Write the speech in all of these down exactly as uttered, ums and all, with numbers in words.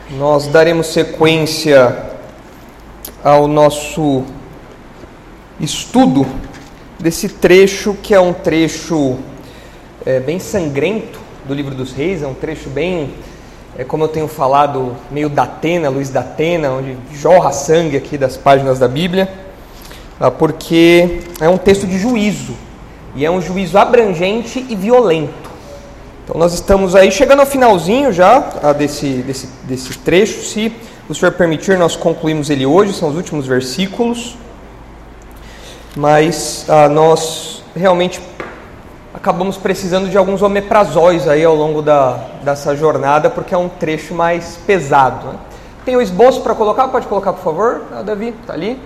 Nós daremos sequência ao nosso estudo desse trecho, que é um trecho é, bem sangrento do Livro dos Reis, é um trecho bem, é, como eu tenho falado, meio da Atena, Luiz da Atena, onde jorra sangue aqui das páginas da Bíblia, porque é um texto de juízo, e é um juízo abrangente e violento. Então nós estamos aí chegando ao finalzinho já desse, desse, desse trecho. Se o Senhor permitir, nós concluímos ele hoje, são os últimos versículos. Mas ah, nós realmente acabamos precisando de alguns omeprazóis aí ao longo da, dessa jornada, porque é um trecho mais pesado, né? Tem o esboço para colocar? Pode colocar, por favor, ah, Davi, está ali.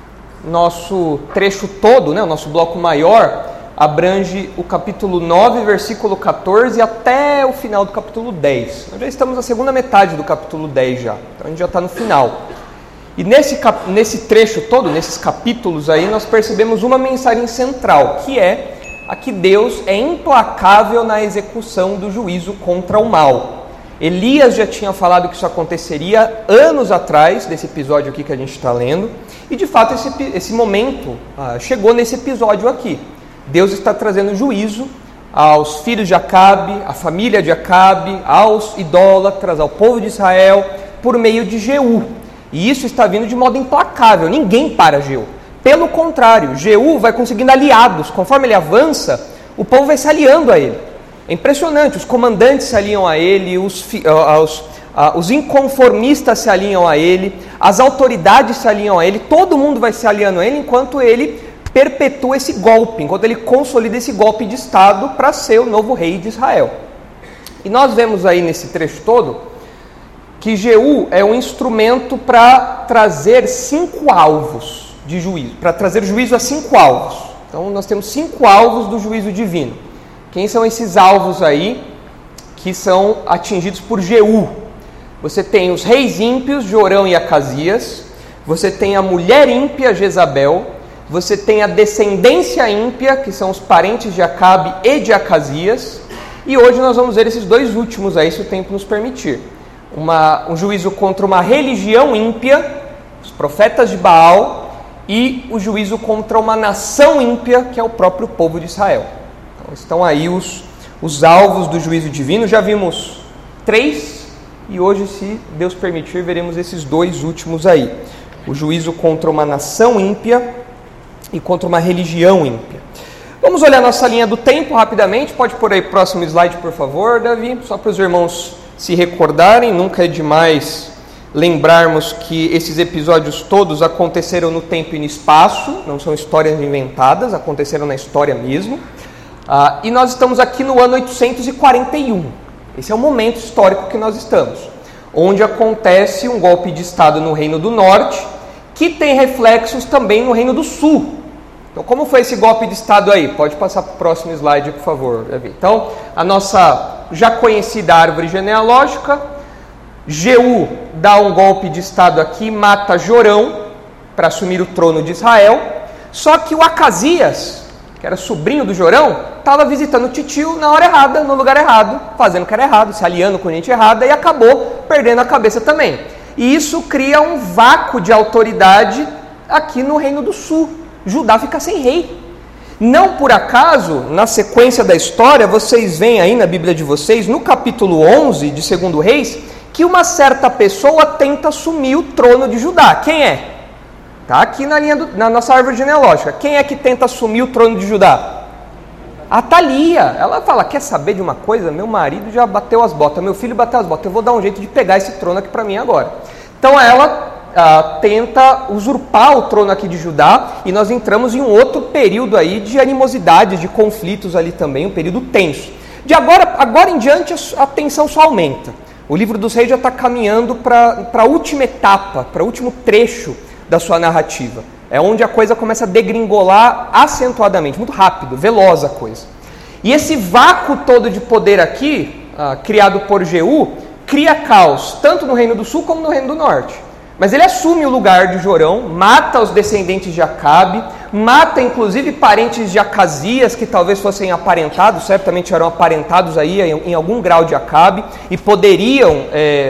Nosso trecho todo, né, o nosso bloco maior, abrange o capítulo nove, versículo catorze, até o final do capítulo dez. Nós já estamos na segunda metade do capítulo dez já, então a gente já está no final. E nesse, cap... nesse trecho todo, nesses capítulos aí, nós percebemos uma mensagem central, que é a que Deus é implacável na execução do juízo contra o mal. Elias já tinha falado que isso aconteceria anos atrás, desse episódio aqui que a gente está lendo, e de fato esse, esse momento ah, chegou nesse episódio aqui. Deus está trazendo juízo aos filhos de Acabe, à família de Acabe, aos idólatras, ao povo de Israel, por meio de Jeú. E isso está vindo de modo implacável, ninguém para Jeú. Pelo contrário, Jeú vai conseguindo aliados, conforme ele avança, o povo vai se aliando a ele. É impressionante, os comandantes se aliam a ele, os, os, os inconformistas se aliam a ele, as autoridades se aliam a ele, todo mundo vai se aliando a ele enquanto ele perpetua esse golpe, enquanto ele consolida esse golpe de Estado para ser o novo rei de Israel. E nós vemos aí nesse trecho todo que Jeú é um instrumento para trazer cinco alvos de juízo, para trazer juízo a cinco alvos. Então nós temos cinco alvos do juízo divino. Quem são esses alvos aí que são atingidos por Jeú? Você tem os reis ímpios, Jorão e Acasias, você tem a mulher ímpia, Jezabel, você tem a descendência ímpia, que são os parentes de Acabe e de Acasias, e hoje nós vamos ver esses dois últimos aí, se o tempo nos permitir. Uma, um juízo contra uma religião ímpia, os profetas de Baal, e o juízo contra uma nação ímpia, que é o próprio povo de Israel. Então estão aí os, os alvos do juízo divino, já vimos três, e hoje, se Deus permitir, veremos esses dois últimos aí. O juízo contra uma nação ímpia e contra uma religião ímpia. Vamos olhar nossa linha do tempo rapidamente. Pode pôr aí o próximo slide, por favor, Davi, só para os irmãos se recordarem. Nunca é demais lembrarmos que esses episódios todos aconteceram no tempo e no espaço, não são histórias inventadas, aconteceram na história mesmo. Ah, e nós estamos aqui no ano oitocentos e quarenta e um. Esse é o momento histórico que nós estamos, onde acontece um golpe de Estado no Reino do Norte, que tem reflexos também no Reino do Sul. Então, como foi esse golpe de Estado aí? Pode passar para o próximo slide, por favor, Davi. Então, a nossa já conhecida árvore genealógica, Jeú dá um golpe de Estado aqui, mata Jorão para assumir o trono de Israel, só que o Acasias, que era sobrinho do Jorão, estava visitando o titio na hora errada, no lugar errado, fazendo o que era errado, se aliando com gente errada, e acabou perdendo a cabeça também. E isso cria um vácuo de autoridade aqui no Reino do Sul. Judá fica sem rei. Não por acaso, na sequência da história, vocês veem aí na Bíblia de vocês, no capítulo onze de Segundo Reis, que uma certa pessoa tenta assumir o trono de Judá. Quem é? Está aqui na, linha do, na nossa árvore genealógica. Quem é que tenta assumir o trono de Judá? Atalia. Ela fala, quer saber de uma coisa? Meu marido já bateu as botas, meu filho bateu as botas, eu vou dar um jeito de pegar esse trono aqui para mim agora. Então ela ah, tenta usurpar o trono aqui de Judá, e nós entramos em um outro período aí de animosidades, de conflitos ali também, um período tenso. De agora, agora em diante a tensão só aumenta. O livro dos Reis já está caminhando para a última etapa, para o último trecho da sua narrativa. É onde a coisa começa a degringolar acentuadamente, muito rápido, veloz a coisa. E esse vácuo todo de poder aqui, ah, criado por Jeú, cria caos, tanto no Reino do Sul como no Reino do Norte. Mas ele assume o lugar de Jorão, mata os descendentes de Acabe, mata inclusive parentes de Acasias, que talvez fossem aparentados, certamente eram aparentados aí em algum grau de Acabe, e poderiam é,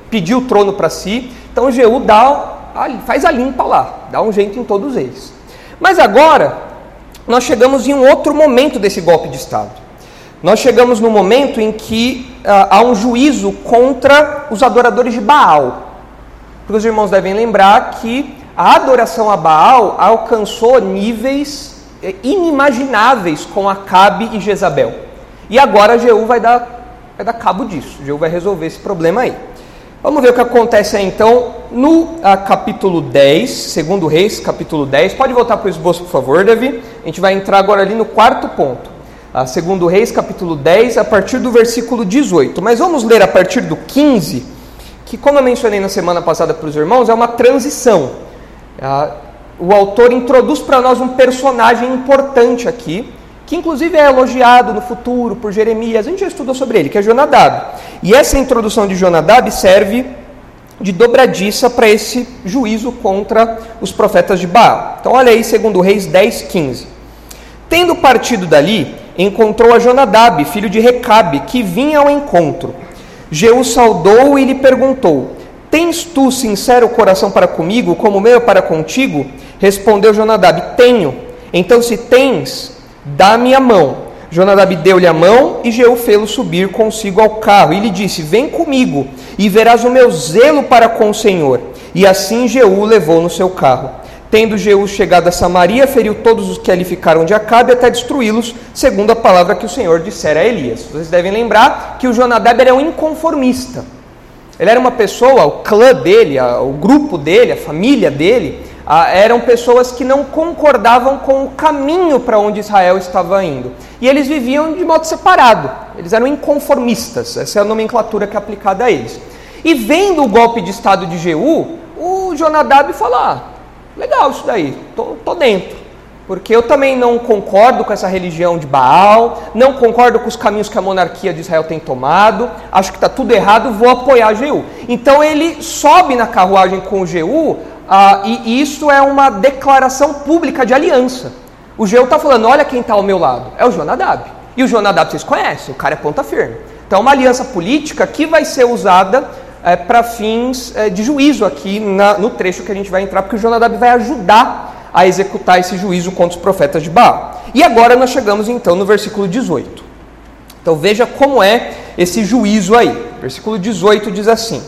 pedir o trono para si. Então Jeú dá, faz a limpa lá, dá um jeito em todos eles. Mas agora, nós chegamos em um outro momento desse golpe de Estado. Nós chegamos no momento em que uh, há um juízo contra os adoradores de Baal. Porque os irmãos devem lembrar que a adoração a Baal alcançou níveis eh, inimagináveis com Acabe e Jezabel. E agora Jeú vai dar, vai dar cabo disso. Jeú vai resolver esse problema aí. Vamos ver o que acontece aí então no ah, capítulo dez, segundo Reis, capítulo dez. Pode voltar para o esboço, por favor, Davi. A gente vai entrar agora ali no quarto ponto. Ah, segundo Reis, capítulo dez, a partir do versículo dezoito. Mas vamos ler a partir do quinze, que, como eu mencionei na semana passada para os irmãos, é uma transição. Ah, o autor introduz para nós um personagem importante aqui, que inclusive é elogiado no futuro por Jeremias. A gente já estudou sobre ele, que é Jonadab. E essa introdução de Jonadab serve de dobradiça para esse juízo contra os profetas de Baal. Então olha aí, segundo Reis dez, quinze. Tendo partido dali, encontrou a Jonadab, filho de Recabe, que vinha ao encontro. Jeú saudou e lhe perguntou: tens tu sincero coração para comigo, como o meu é para contigo? Respondeu Jonadab: tenho. Então, se tens, dá-me a mão. Jonadab deu-lhe a mão e Jeú fê-lo subir consigo ao carro. E lhe disse: vem comigo, e verás o meu zelo para com o Senhor. E assim Jeú o levou no seu carro. Tendo Jeú chegado a Samaria, feriu todos os que ali ficaram de Acabe, até destruí-los, segundo a palavra que o Senhor dissera a Elias. Vocês devem lembrar que o Jonadab era um inconformista. Ele era uma pessoa, o clã dele, o grupo dele, a família dele, eram pessoas que não concordavam com o caminho para onde Israel estava indo. E eles viviam de modo separado. Eles eram inconformistas. Essa é a nomenclatura que é aplicada a eles. E vendo o golpe de Estado de Jeú, o Jonadab falou: ah, legal isso daí, tô, tô dentro. Porque eu também não concordo com essa religião de Baal, não concordo com os caminhos que a monarquia de Israel tem tomado, acho que está tudo errado, vou apoiar Jeú. Então ele sobe na carruagem com o Jeú, ah, e, e isso é uma declaração pública de aliança. O Jeú está falando: olha quem está ao meu lado, é o Jonadab. E o Jonadab vocês conhecem, o cara é ponta firme. Então é uma aliança política que vai ser usada é, para fins é, de juízo aqui na, no trecho que a gente vai entrar, porque o Jonadab vai ajudar a executar esse juízo contra os profetas de Baal. E agora nós chegamos então no versículo dezoito. Então veja como é esse juízo aí. Versículo dezoito diz assim: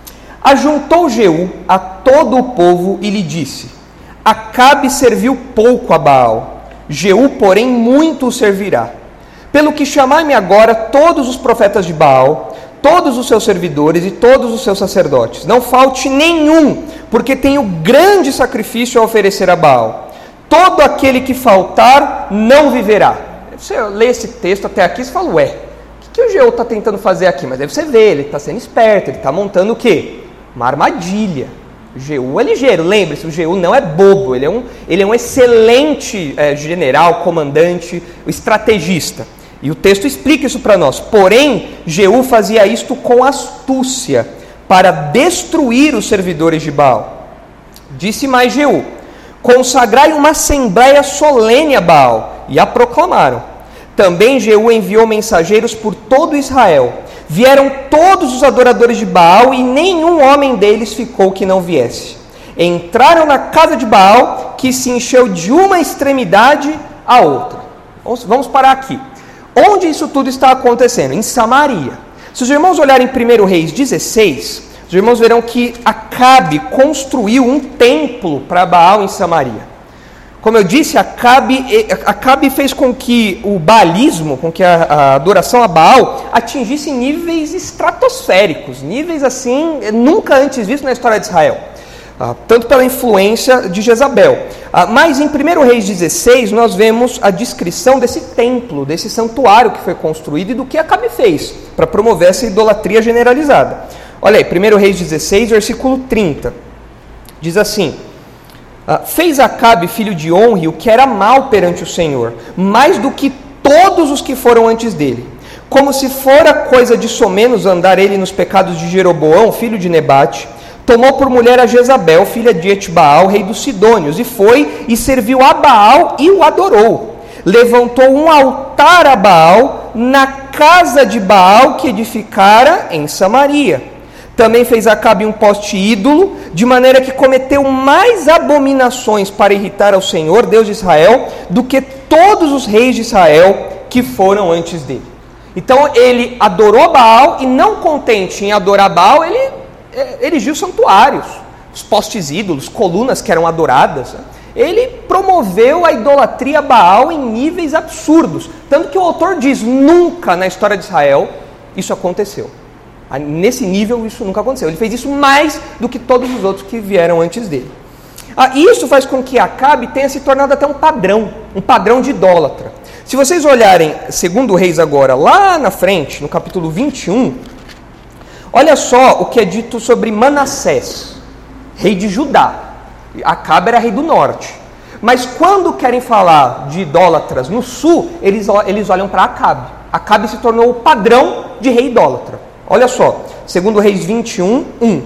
ajuntou Jeú a todo o povo e lhe disse: Acabe serviu pouco a Baal, Jeú, porém, muito o servirá. Pelo que chamai-me agora todos os profetas de Baal, todos os seus servidores e todos os seus sacerdotes. Não falte nenhum, porque tenho grande sacrifício a oferecer a Baal. Todo aquele que faltar não viverá. Você lê esse texto até aqui e fala: ué, o que, que o Jeú está tentando fazer aqui? Mas deve você ver, ele está sendo esperto, ele está montando o quê? Uma armadilha. O Jeú é ligeiro, lembre-se, o Jeú não é bobo, ele é um, ele é um excelente é, general, comandante, estrategista. E o texto explica isso para nós. Porém, Jeú fazia isto com astúcia, para destruir os servidores de Baal. Disse mais Jeú: consagrai uma assembleia solene a Baal, e a proclamaram. Também Jeú enviou mensageiros por todo Israel. Vieram todos os adoradores de Baal, e nenhum homem deles ficou que não viesse. Entraram na casa de Baal, que se encheu de uma extremidade à outra. Vamos, vamos parar aqui. Onde isso tudo está acontecendo? Em Samaria. Se os irmãos olharem em primeiro Reis dezesseis, os irmãos verão que Acabe construiu um templo para Baal em Samaria. Como eu disse, Acabe, Acabe fez com que o baalismo, com que a, a adoração a Baal atingisse níveis estratosféricos, níveis assim, nunca antes vistos na história de Israel. Ah, tanto pela influência de Jezabel. Ah, mas em primeiro Reis dezesseis nós vemos a descrição desse templo, desse santuário que foi construído e do que Acabe fez para promover essa idolatria generalizada. Olha aí, primeiro Reis dezesseis, versículo trinta. Diz assim: ah, fez Acabe, filho de Onri, o que era mal perante o Senhor, mais do que todos os que foram antes dele. Como se fora coisa de somenos andar ele nos pecados de Jeroboão, filho de Nebate, tomou por mulher a Jezabel, filha de Etbaal, rei dos Sidônios, e foi e serviu a Baal e o adorou. Levantou um altar a Baal na casa de Baal que edificara em Samaria. Também fez Acabe um poste ídolo, de maneira que cometeu mais abominações para irritar ao Senhor, Deus de Israel, do que todos os reis de Israel que foram antes dele. Então ele adorou Baal e, não contente em adorar Baal, ele erigiu santuários, os postes ídolos, colunas que eram adoradas. Ele promoveu a idolatria a Baal em níveis absurdos. Tanto que o autor diz, nunca na história de Israel isso aconteceu. Nesse nível isso nunca aconteceu. Ele fez isso mais do que todos os outros que vieram antes dele. Ah, isso faz com que Acabe tenha se tornado até um padrão, um padrão de idólatra. Se vocês olharem segundo Reis agora, lá na frente, no capítulo vinte e um, olha só o que é dito sobre Manassés, rei de Judá. Acabe era rei do norte. Mas quando querem falar de idólatras no sul, eles, eles olham para Acabe. Acabe se tornou o padrão de rei idólatra. Olha só, segundo Reis vinte e um, um.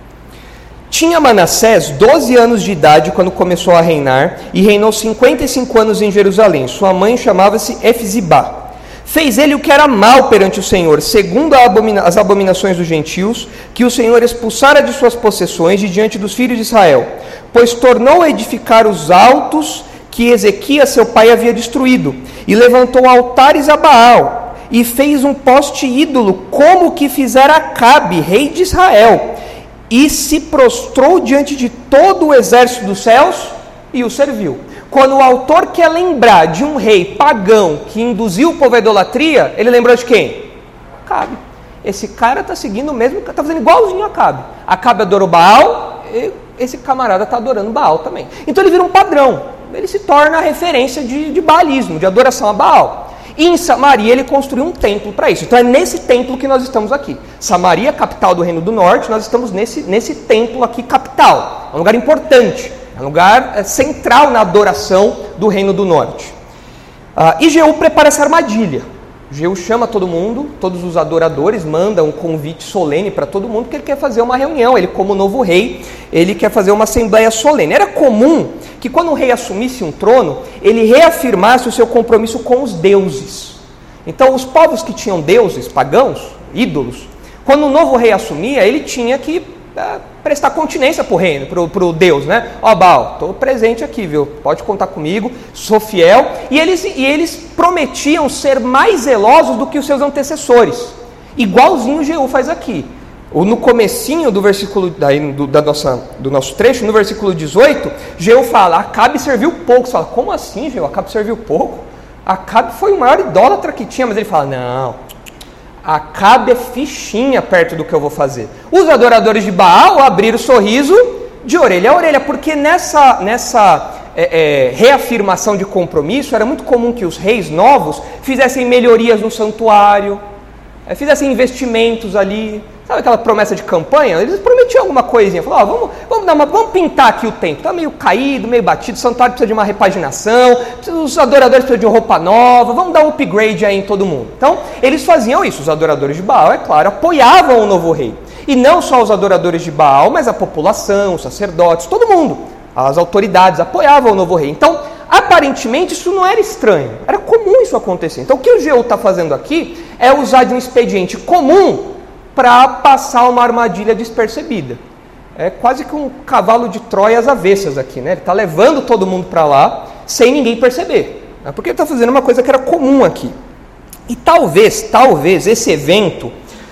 Tinha Manassés doze anos de idade quando começou a reinar, e reinou cinquenta e cinco anos em Jerusalém. Sua mãe chamava-se Efzibá. Fez ele o que era mal perante o Senhor, segundo abomina- as abominações dos gentios, que o Senhor expulsara de suas possessões de diante dos filhos de Israel, pois tornou a edificar os altos que Ezequias seu pai havia destruído, e levantou altares a Baal, e fez um poste ídolo, como o que fizera Acabe, rei de Israel, e se prostrou diante de todo o exército dos céus e o serviu. Quando o autor quer lembrar de um rei pagão que induziu o povo à idolatria, ele lembrou de quem? Acabe. Esse cara está seguindo o mesmo, está fazendo igualzinho a Acabe. Acabe adorou Baal, e esse camarada está adorando Baal também. Então ele vira um padrão, ele se torna a referência de, de baalismo, de adoração a Baal. E em Samaria ele construiu um templo para isso. Então é nesse templo que nós estamos aqui. Samaria, capital do Reino do Norte, nós estamos nesse, nesse templo aqui, capital. É um lugar importante. É um lugar central na adoração do Reino do Norte. Ah, e Jeú prepara essa armadilha. Jeú chama todo mundo, todos os adoradores, manda um convite solene para todo mundo, porque ele quer fazer uma reunião. Ele, como novo rei, ele quer fazer uma assembleia solene. Era comum que quando um rei assumisse um trono, ele reafirmasse o seu compromisso com os deuses. Então, os povos que tinham deuses pagãos, ídolos, quando o novo rei assumia, ele tinha que é, prestar continência para o reino, para o Deus, né? Ó, Baal, estou presente aqui, viu? Pode contar comigo, sou fiel. E eles, e eles prometiam ser mais zelosos do que os seus antecessores. Igualzinho Jeú faz aqui. No comecinho do versículo daí, do, da nossa, do nosso trecho, no versículo dezoito, Jeú fala, Acabe serviu pouco. Você fala, como assim, Jeú? Acabe serviu pouco? Acabe foi o maior idólatra que tinha, mas ele fala, não, Acabe é fichinha perto do que eu vou fazer. Os adoradores de Baal abriram o sorriso de orelha a orelha, porque nessa, nessa é, é, reafirmação de compromisso, era muito comum que os reis novos fizessem melhorias no santuário, é, fizessem investimentos ali. Sabe aquela promessa de campanha? Eles prometiam alguma coisinha. Falaram, oh, vamos, vamos, dar uma, vamos pintar aqui o templo. Está meio caído, meio batido, o santuário precisa de uma repaginação, os adoradores precisam de uma roupa nova, vamos dar um upgrade aí em todo mundo. Então, eles faziam isso. Os adoradores de Baal, é claro, apoiavam o novo rei. E não só os adoradores de Baal, mas a população, os sacerdotes, todo mundo, as autoridades apoiavam o novo rei. Então, aparentemente, isso não era estranho. Era comum isso acontecer. Então, o que o Jeú está fazendo aqui é usar de um expediente comum para passar uma armadilha despercebida. É quase que um cavalo de Troia às avessas aqui, né? Ele está levando todo mundo para lá sem ninguém perceber, né? Porque ele está fazendo uma coisa que era comum aqui. E talvez, talvez esse evento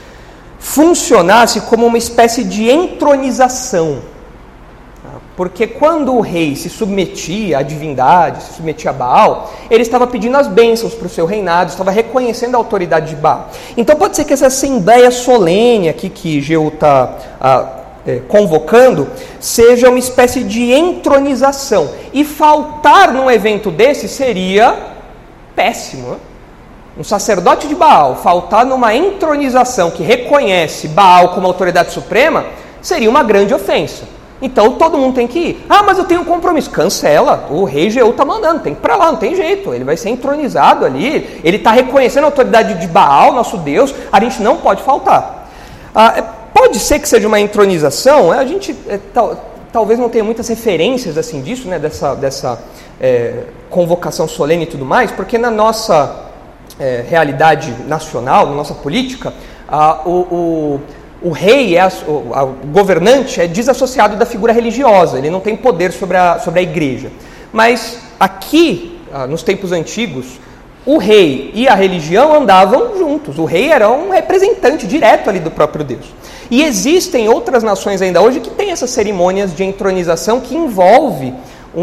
funcionasse como uma espécie de entronização. Porque quando o rei se submetia à divindade, se submetia a Baal, ele estava pedindo as bênçãos para o seu reinado, estava reconhecendo a autoridade de Baal. Então pode ser que essa assembleia solene aqui que Jeú está ah, é, convocando, seja uma espécie de entronização. E faltar num evento desse seria péssimo, né? Um sacerdote de Baal faltar numa entronização que reconhece Baal como autoridade suprema, seria uma grande ofensa. Então todo mundo tem que ir. Ah, mas eu tenho um compromisso. Cancela. O rei Jeú está mandando. Tem que ir para lá, não tem jeito. Ele vai ser entronizado ali. Ele está reconhecendo a autoridade de Baal, nosso Deus. A gente não pode faltar. Ah, pode ser que seja uma entronização. A gente é, tal, talvez não tenha muitas referências assim disso, né, dessa, dessa é, convocação solene e tudo mais, porque na nossa é, realidade nacional, na nossa política, ah, o... o o rei, é, o, a, o governante é desassociado da figura religiosa, ele não tem poder sobre a, sobre a igreja. Mas aqui, nos tempos antigos, o rei e a religião andavam juntos. O rei era um representante direto ali do próprio Deus. E existem outras nações ainda hoje que têm essas cerimônias de entronização que envolve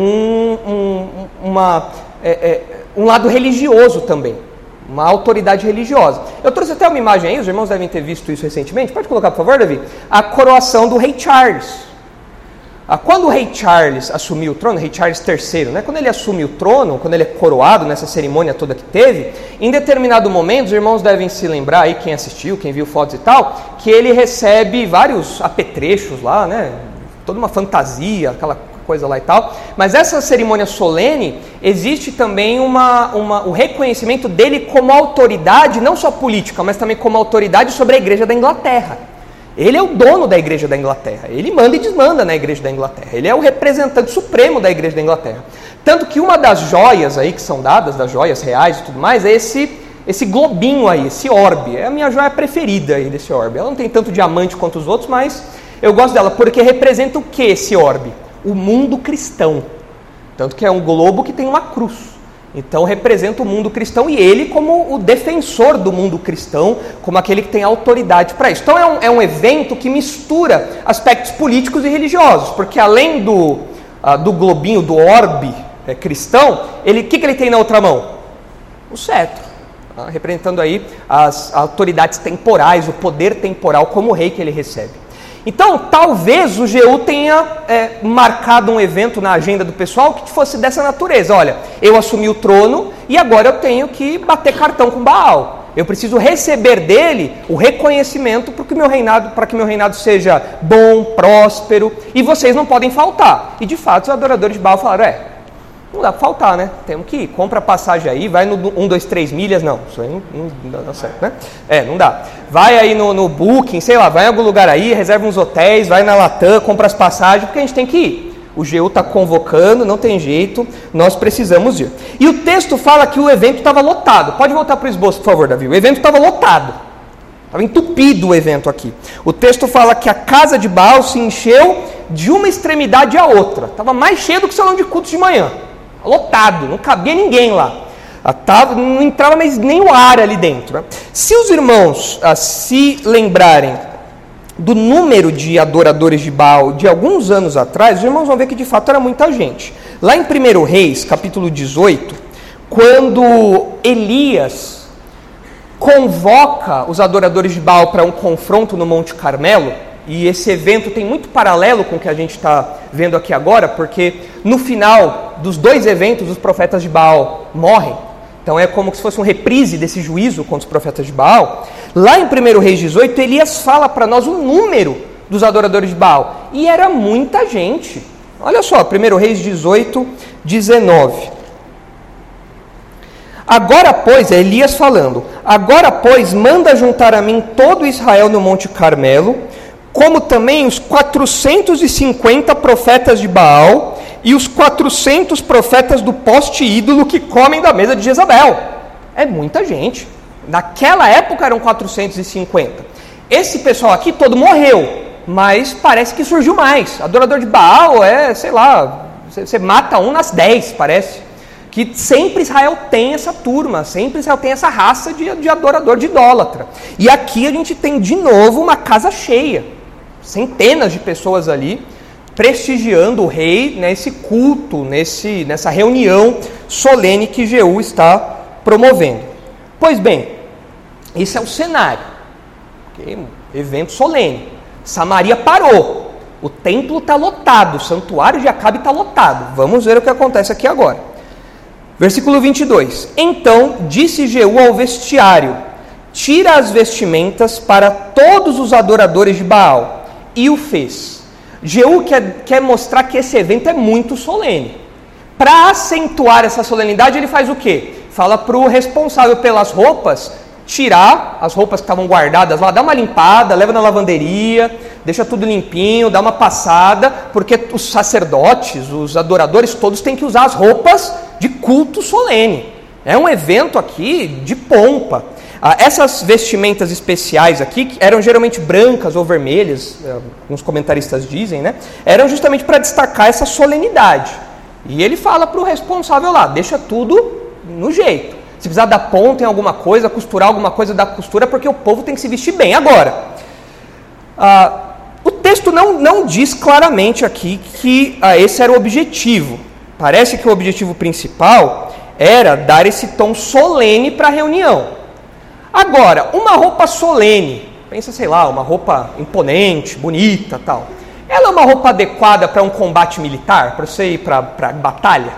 um, um, uma, é, é, um lado religioso também, uma autoridade religiosa. Eu trouxe até uma imagem aí, os irmãos devem ter visto isso recentemente. Pode colocar, por favor, Davi? A coroação do rei Charles. Quando o rei Charles assumiu o trono, o rei Charles terceiro, né, quando ele assume o trono, quando ele é coroado nessa cerimônia toda que teve, em determinado momento, os irmãos devem se lembrar, aí quem assistiu, quem viu fotos e tal, que ele recebe vários apetrechos lá, né, toda uma fantasia, aquela coisa lá e tal, mas essa cerimônia solene, existe também uma, uma, o reconhecimento dele como autoridade, não só política, mas também como autoridade sobre a igreja da Inglaterra. Ele é o dono da igreja da Inglaterra, ele manda e desmanda na igreja da Inglaterra, ele é o representante supremo da igreja da Inglaterra. Tanto que uma das joias aí que são dadas, das joias reais e tudo mais, é esse, esse globinho aí, esse orbe. É a minha joia preferida aí desse orbe. Ela não tem tanto diamante quanto os outros, mas eu gosto dela, porque representa o que esse orbe? O mundo cristão. Tanto que é um globo que tem uma cruz. Então representa o mundo cristão e ele como o defensor do mundo cristão, como aquele que tem autoridade para isso. Então é um, é um evento que mistura aspectos políticos e religiosos, porque além do, uh, do globinho, do orbe é, cristão, ele, o que, que ele tem na outra mão? O cetro, tá? Representando aí as autoridades temporais, o poder temporal como rei que ele recebe. Então, talvez o Jeú tenha é, marcado um evento na agenda do pessoal que fosse dessa natureza. Olha, eu assumi o trono e agora eu tenho que bater cartão com Baal. Eu preciso receber dele o reconhecimento para que meu reinado, para que meu reinado seja bom, próspero, e vocês não podem faltar. E de fato os adoradores de Baal falaram, é, não dá para faltar, né? Temos que ir, compra passagem aí, vai no um, dois, três milhas, não, isso aí não, não dá certo, né? É, não dá. Vai aí no, no Booking, sei lá, vai em algum lugar aí, reserva uns hotéis, vai na Latam, compra as passagens, porque a gente tem que ir. O Jeú está convocando, não tem jeito, nós precisamos ir. E o texto fala que o evento estava lotado. Pode voltar para o esboço, por favor, Davi. O evento estava lotado. Estava entupido o evento aqui. O texto fala que a casa de Baal se encheu de uma extremidade à outra. Estava mais cheio do que o salão de cultos de manhã. Lotado, não cabia ninguém lá. Tava, não entrava mais nem o ar ali dentro. Né? Se os irmãos ah, se lembrarem do número de adoradores de Baal de alguns anos atrás, os irmãos vão ver que de fato era muita gente. Lá em primeiro Reis, capítulo dezoito, quando Elias convoca os adoradores de Baal para um confronto no Monte Carmelo, e esse evento tem muito paralelo com o que a gente está vendo aqui agora, porque no final dos dois eventos os profetas de Baal morrem. Então é como se fosse um reprise desse juízo contra os profetas de Baal. Lá em primeiro Reis dezoito, Elias fala para nós o número dos adoradores de Baal. E era muita gente. Olha só, primeiro Reis dezoito, dezenove. Agora, pois, é Elias falando, agora, pois, manda juntar a mim todo Israel no Monte Carmelo, como também os quatrocentos e cinquenta profetas de Baal e os quatrocentos profetas do poste ídolo que comem da mesa de Jezabel. É muita gente. Naquela época eram quatrocentos e cinquenta. Esse pessoal aqui todo morreu, mas parece que surgiu mais. Adorador de Baal é, sei lá, você mata um nas dez, parece. Que sempre Israel tem essa turma, sempre Israel tem essa raça de, de adorador de idólatra. E aqui a gente tem de novo uma casa cheia. Centenas de pessoas ali prestigiando o rei nesse culto, nesse, nessa reunião solene que Jeú está promovendo. Pois bem, esse é o cenário. Okay? Evento solene. Samaria parou. O templo está lotado. O santuário de Acabe está lotado. Vamos ver o que acontece aqui agora. Versículo vinte e dois. Então disse Jeú ao vestiário, tira as vestimentas para todos os adoradores de Baal. E o fez. Jeú quer, quer mostrar que esse evento é muito solene. Para acentuar essa solenidade, ele faz o quê? Fala para o responsável pelas roupas, tirar as roupas que estavam guardadas lá, dá uma limpada, leva na lavanderia, deixa tudo limpinho, dá uma passada, porque os sacerdotes, os adoradores todos têm que usar as roupas de culto solene. É um evento aqui de pompa. Ah, essas vestimentas especiais aqui, que eram geralmente brancas ou vermelhas, alguns comentaristas dizem, né? Eram justamente para destacar essa solenidade. E ele fala para o responsável lá, deixa tudo no jeito. Se precisar dar ponto em alguma coisa, costurar alguma coisa, dá costura, porque o povo tem que se vestir bem. Agora, ah, o texto não, não diz claramente aqui que ah, esse era o objetivo. Parece que o objetivo principal era dar esse tom solene para a reunião. Agora, uma roupa solene, pensa, sei lá, uma roupa imponente, bonita, tal. Ela é uma roupa adequada para um combate militar, para você ir para a batalha?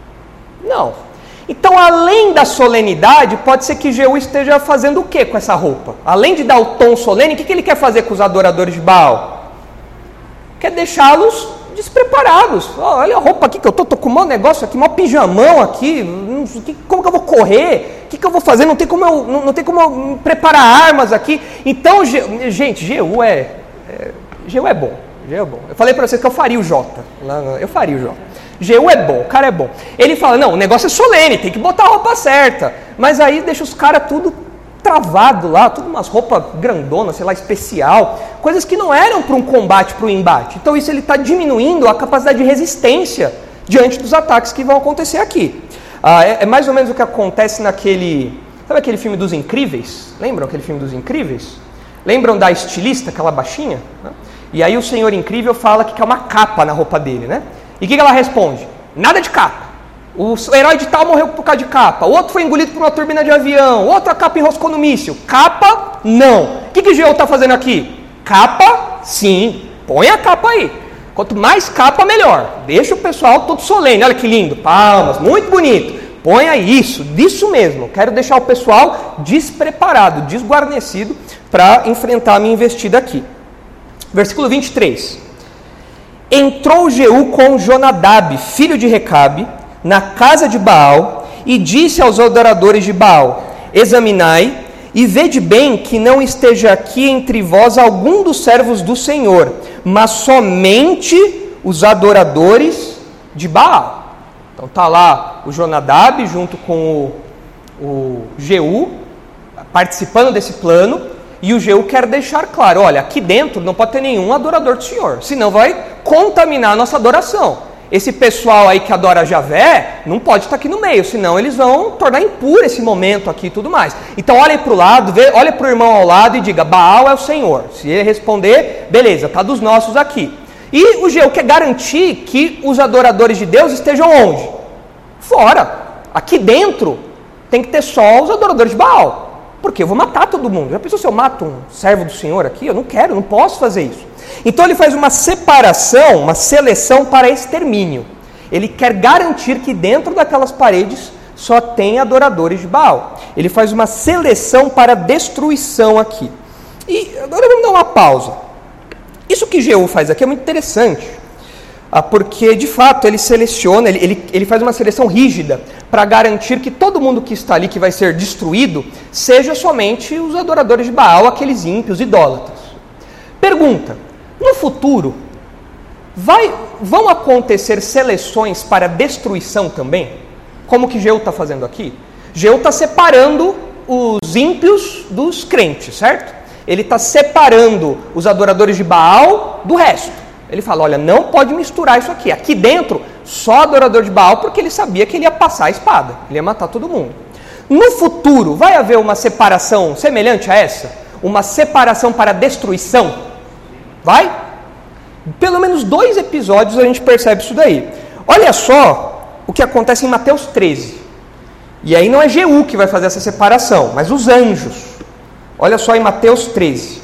Não. Então, além da solenidade, pode ser que Jeú esteja fazendo o que com essa roupa? Além de dar o tom solene, o que ele quer fazer com os adoradores de Baal? Quer deixá-los despreparados. Olha a roupa aqui que eu tô, tô com um negócio aqui, um pijamão aqui, como que eu vou correr? O que, que eu vou fazer? Não tem como eu, não, não tem como eu preparar armas aqui. Então, gente, Jeú é, é, Jeú é bom. Jeú é bom. Eu falei para vocês que eu faria o Jota. Eu faria o Jota. Jeú é bom, o cara é bom. Ele fala, não, o negócio é solene, tem que botar a roupa certa. Mas aí deixa os caras tudo travado lá, tudo umas roupas grandonas, sei lá, especial, coisas que não eram para um combate, para um embate. Então isso ele está diminuindo a capacidade de resistência diante dos ataques que vão acontecer aqui. Ah, é, é mais ou menos o que acontece naquele, sabe aquele filme dos Incríveis? Lembram aquele filme dos Incríveis? Lembram da estilista, aquela baixinha? Né? E aí o Senhor Incrível fala que quer uma capa na roupa dele, né? E o que, que ela responde? Nada de capa. O herói de tal morreu por causa de capa. O outro foi engolido por uma turbina de avião. Outra capa enroscou no míssil. Capa, não. O que, que o Jeú está fazendo aqui? Capa, sim. Põe a capa aí. Quanto mais capa, melhor. Deixa o pessoal todo solene. Olha que lindo. Palmas, muito bonito. Põe aí isso, disso mesmo. Quero deixar o pessoal despreparado, desguarnecido para enfrentar a minha investida aqui. Versículo vinte e três. Entrou Jeú com Jonadab, filho de Recabe, na casa de Baal, e disse aos adoradores de Baal, examinai e vede bem que não esteja aqui entre vós algum dos servos do Senhor, mas somente os adoradores de Baal. Então está lá o Jonadab junto com o, o Jeú, participando desse plano, e o Jeú quer deixar claro, olha, aqui dentro não pode ter nenhum adorador do Senhor, senão vai contaminar a nossa adoração. Esse pessoal aí que adora Javé não pode estar aqui no meio, senão eles vão tornar impuro esse momento aqui e tudo mais. Então olhem para o lado, vê, olha para o irmão ao lado e diga, Baal é o Senhor. Se ele responder, beleza, está dos nossos aqui. E o Jeú quer garantir que os adoradores de Deus estejam onde? Fora. Aqui dentro tem que ter só os adoradores de Baal. Porque eu vou matar todo mundo. Já pensou se eu mato um servo do Senhor aqui? Eu não quero, não posso fazer isso. Então ele faz uma separação, uma seleção para extermínio. Ele quer garantir que dentro daquelas paredes só tem adoradores de Baal. Ele faz uma seleção para destruição aqui. E agora vamos dar uma pausa. Isso que Jeú faz aqui é muito interessante, porque de fato ele seleciona, ele, ele, ele faz uma seleção rígida para garantir que todo mundo que está ali, que vai ser destruído, seja somente os adoradores de Baal, aqueles ímpios, idólatras. Pergunta, no futuro, vai, vão acontecer seleções para destruição também? Como que Jeú está fazendo aqui? Jeú está separando os ímpios dos crentes, certo? Ele está separando os adoradores de Baal do resto. Ele fala, olha, não pode misturar isso aqui. Aqui dentro, só adorador de Baal, porque ele sabia que ele ia passar a espada. Ele ia matar todo mundo. No futuro, vai haver uma separação semelhante a essa? Uma separação para destruição? Vai? Pelo menos dois episódios a gente percebe isso daí. Olha só o que acontece em Mateus treze. E aí não é Jeú que vai fazer essa separação, mas os anjos. Olha só em Mateus treze.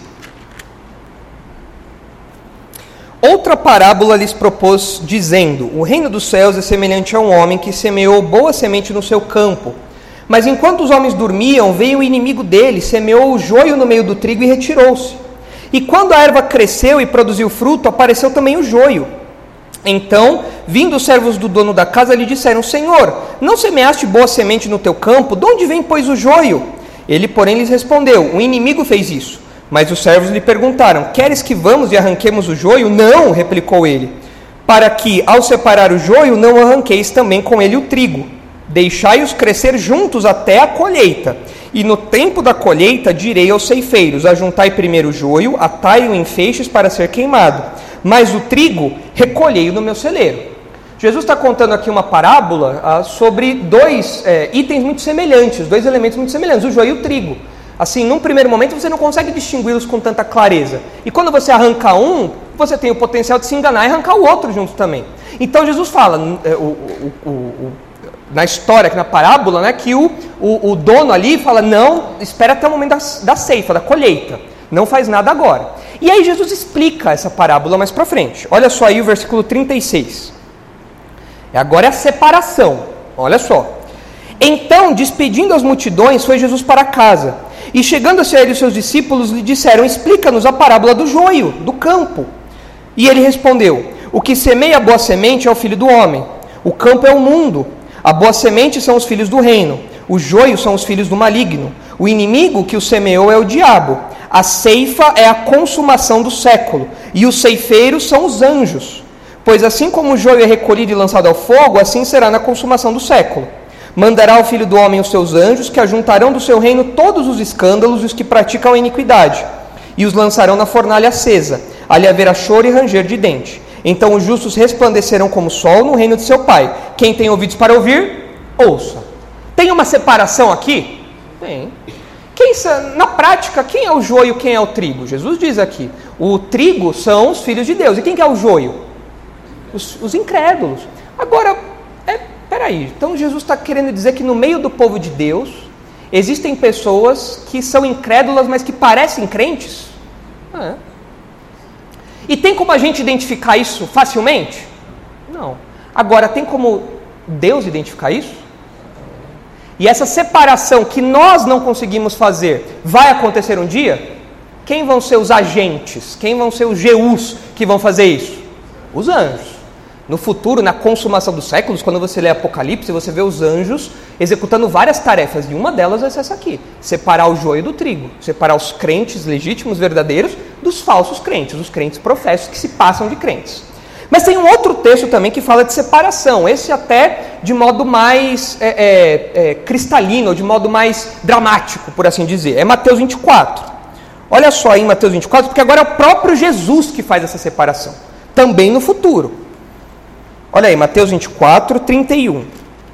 Outra parábola lhes propôs, dizendo, o reino dos céus é semelhante a um homem que semeou boa semente no seu campo. Mas enquanto os homens dormiam, veio o inimigo dele, semeou o joio no meio do trigo e retirou-se. E quando a erva cresceu e produziu fruto, apareceu também o joio. Então, vindo os servos do dono da casa, lhe disseram, Senhor, não semeaste boa semente no teu campo? De onde vem, pois, o joio? Ele, porém, lhes respondeu, o inimigo fez isso. Mas os servos lhe perguntaram, queres que vamos e arranquemos o joio? Não, replicou ele, para que, ao separar o joio, não arranqueis também com ele o trigo. Deixai-os crescer juntos até a colheita. E no tempo da colheita direi aos ceifeiros, ajuntai primeiro o joio, atai-o em feixes para ser queimado, mas o trigo recolhei no meu celeiro. Jesus está contando aqui uma parábola ah, sobre dois é, itens muito semelhantes, dois elementos muito semelhantes, o joio e o trigo. Assim, num primeiro momento você não consegue distingui-los com tanta clareza. E quando você arranca um, você tem o potencial de se enganar e arrancar o outro junto também. Então Jesus fala, o, o, o, o, na história, aqui na parábola, né, que o, o, o dono ali fala, não, espera até o momento da, da ceifa, da colheita. Não faz nada agora. E aí Jesus explica essa parábola mais para frente. Olha só aí o versículo trinta e seis. Agora é a separação. Olha só. Então, despedindo as multidões, foi Jesus para casa. E chegando-se a ele, os seus discípulos lhe disseram, explica-nos a parábola do joio, do campo. E ele respondeu, o que semeia a boa semente é o filho do homem. O campo é o mundo. A boa semente são os filhos do reino. O joio são os filhos do maligno. O inimigo que o semeou é o diabo. A ceifa é a consumação do século. E os ceifeiros são os anjos. Pois assim como o joio é recolhido e lançado ao fogo, assim será na consumação do século. Mandará o Filho do Homem os seus anjos, que ajuntarão do seu reino todos os escândalos e os que praticam a iniquidade, e os lançarão na fornalha acesa. Ali haverá choro e ranger de dente. Então os justos resplandecerão como o sol no reino de seu Pai. Quem tem ouvidos para ouvir, ouça. Tem uma separação aqui? Tem. Quem, na prática, quem é o joio e quem é o trigo? Jesus diz aqui, o trigo são os filhos de Deus. E quem que é o joio? Os, os incrédulos. Agora, é, peraí, então Jesus está querendo dizer que no meio do povo de Deus existem pessoas que são incrédulas, mas que parecem crentes? É. E tem como a gente identificar isso facilmente? Não. Agora, tem como Deus identificar isso? E essa separação que nós não conseguimos fazer, vai acontecer um dia? Quem vão ser os agentes? Quem vão ser os Jeus que vão fazer isso? Os anjos. No futuro, na consumação dos séculos, quando você lê Apocalipse, você vê os anjos executando várias tarefas, e uma delas vai ser essa aqui, separar o joio do trigo, separar os crentes legítimos, verdadeiros, dos falsos crentes, os crentes professos que se passam de crentes. Mas tem um outro texto também que fala de separação, esse até de modo mais é, é, é, cristalino, ou de modo mais dramático, por assim dizer, é Mateus vinte e quatro. Olha só aí em Mateus vinte e quatro, porque agora é o próprio Jesus que faz essa separação, também no futuro. Olha aí, Mateus vinte e quatro, trinta e um.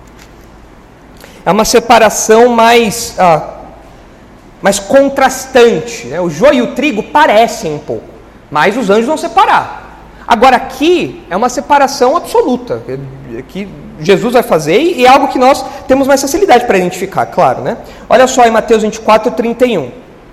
É uma separação mais, ah, mais contrastante. Né? O joio e o trigo parecem um pouco, mas os anjos vão separar. Agora aqui é uma separação absoluta, que Jesus vai fazer e é algo que nós temos mais facilidade para identificar, claro. Né? Olha só em Mateus vinte e quatro, trinta e um.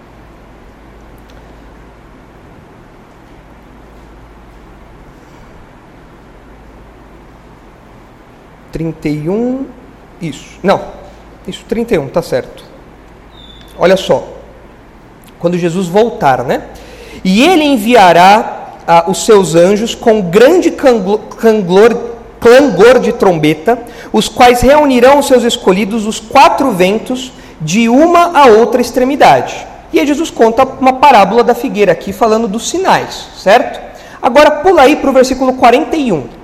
trinta e um, isso, não, isso, trinta e um, tá certo. Olha só, quando Jesus voltar, né? E ele enviará ah, os seus anjos com grande clangor, clangor de trombeta, os quais reunirão os seus escolhidos dos quatro ventos, de uma a outra extremidade. E aí Jesus conta uma parábola da figueira aqui, falando dos sinais, certo? Agora pula aí para o versículo quarenta e um.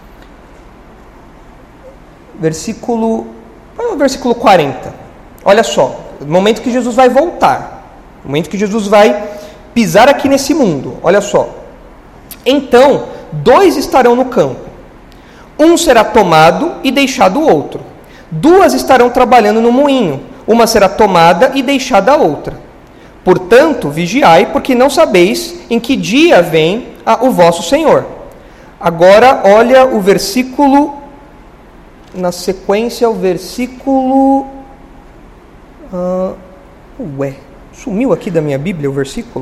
Versículo, versículo quarenta. Olha só, o momento que Jesus vai voltar, o momento que Jesus vai pisar aqui nesse mundo. Olha só. Então, dois estarão no campo. Um será tomado e deixado o outro. Duas estarão trabalhando no moinho. Uma será tomada e deixada a outra. Portanto, vigiai, porque não sabeis em que dia vem a, o vosso Senhor. Agora, olha o versículo... Na sequência, o versículo... Uh, ué, sumiu aqui da minha Bíblia o versículo?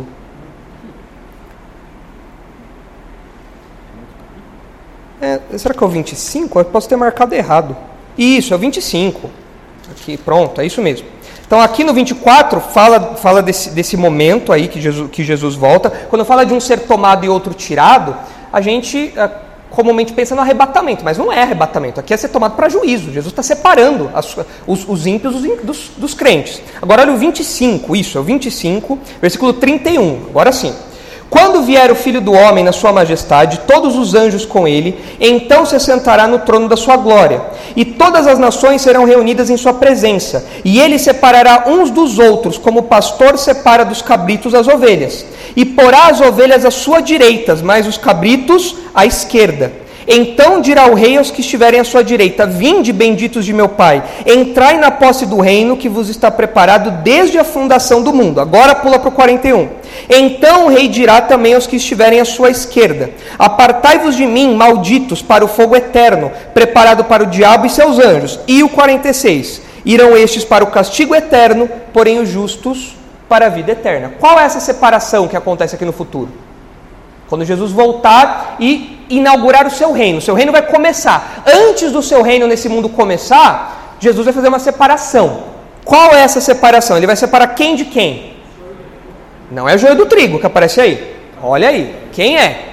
É, será que é o vinte e cinco? Eu posso ter marcado errado. Isso, é o vinte e cinco. Aqui, pronto, é isso mesmo. Então, aqui no vinte e quatro, fala, fala desse, desse momento aí que Jesus, que Jesus volta. Quando fala de um ser tomado e outro tirado, a gente... Uh, comumente pensa no arrebatamento, mas não é arrebatamento, aqui é ser tomado para juízo. Jesus está separando as, os, os ímpios dos, dos, dos crentes. Agora olha o vinte e cinco, isso, é o vinte e cinco, versículo trinta e um, agora sim. Quando vier o Filho do Homem na sua majestade, todos os anjos com ele, então se sentará no trono da sua glória, e todas as nações serão reunidas em sua presença, e ele separará uns dos outros, como o pastor separa dos cabritos as ovelhas, e porá as ovelhas à sua direita, mas os cabritos à esquerda. Então dirá o rei aos que estiverem à sua direita: vinde, benditos de meu Pai, entrai na posse do reino que vos está preparado desde a fundação do mundo. Agora pula para o quarenta e um. Então o rei dirá também aos que estiverem à sua esquerda: apartai-vos de mim, malditos, para o fogo eterno, preparado para o diabo e seus anjos. E o quarenta e seis. Irão estes para o castigo eterno, porém os justos para a vida eterna. Qual é essa separação que acontece aqui no futuro? Quando Jesus voltar e inaugurar o seu reino. O seu reino vai começar. Antes do seu reino nesse mundo começar, Jesus vai fazer uma separação. Qual é essa separação? Ele vai separar quem de quem? Não é o joio do trigo que aparece aí. Olha aí. Quem é?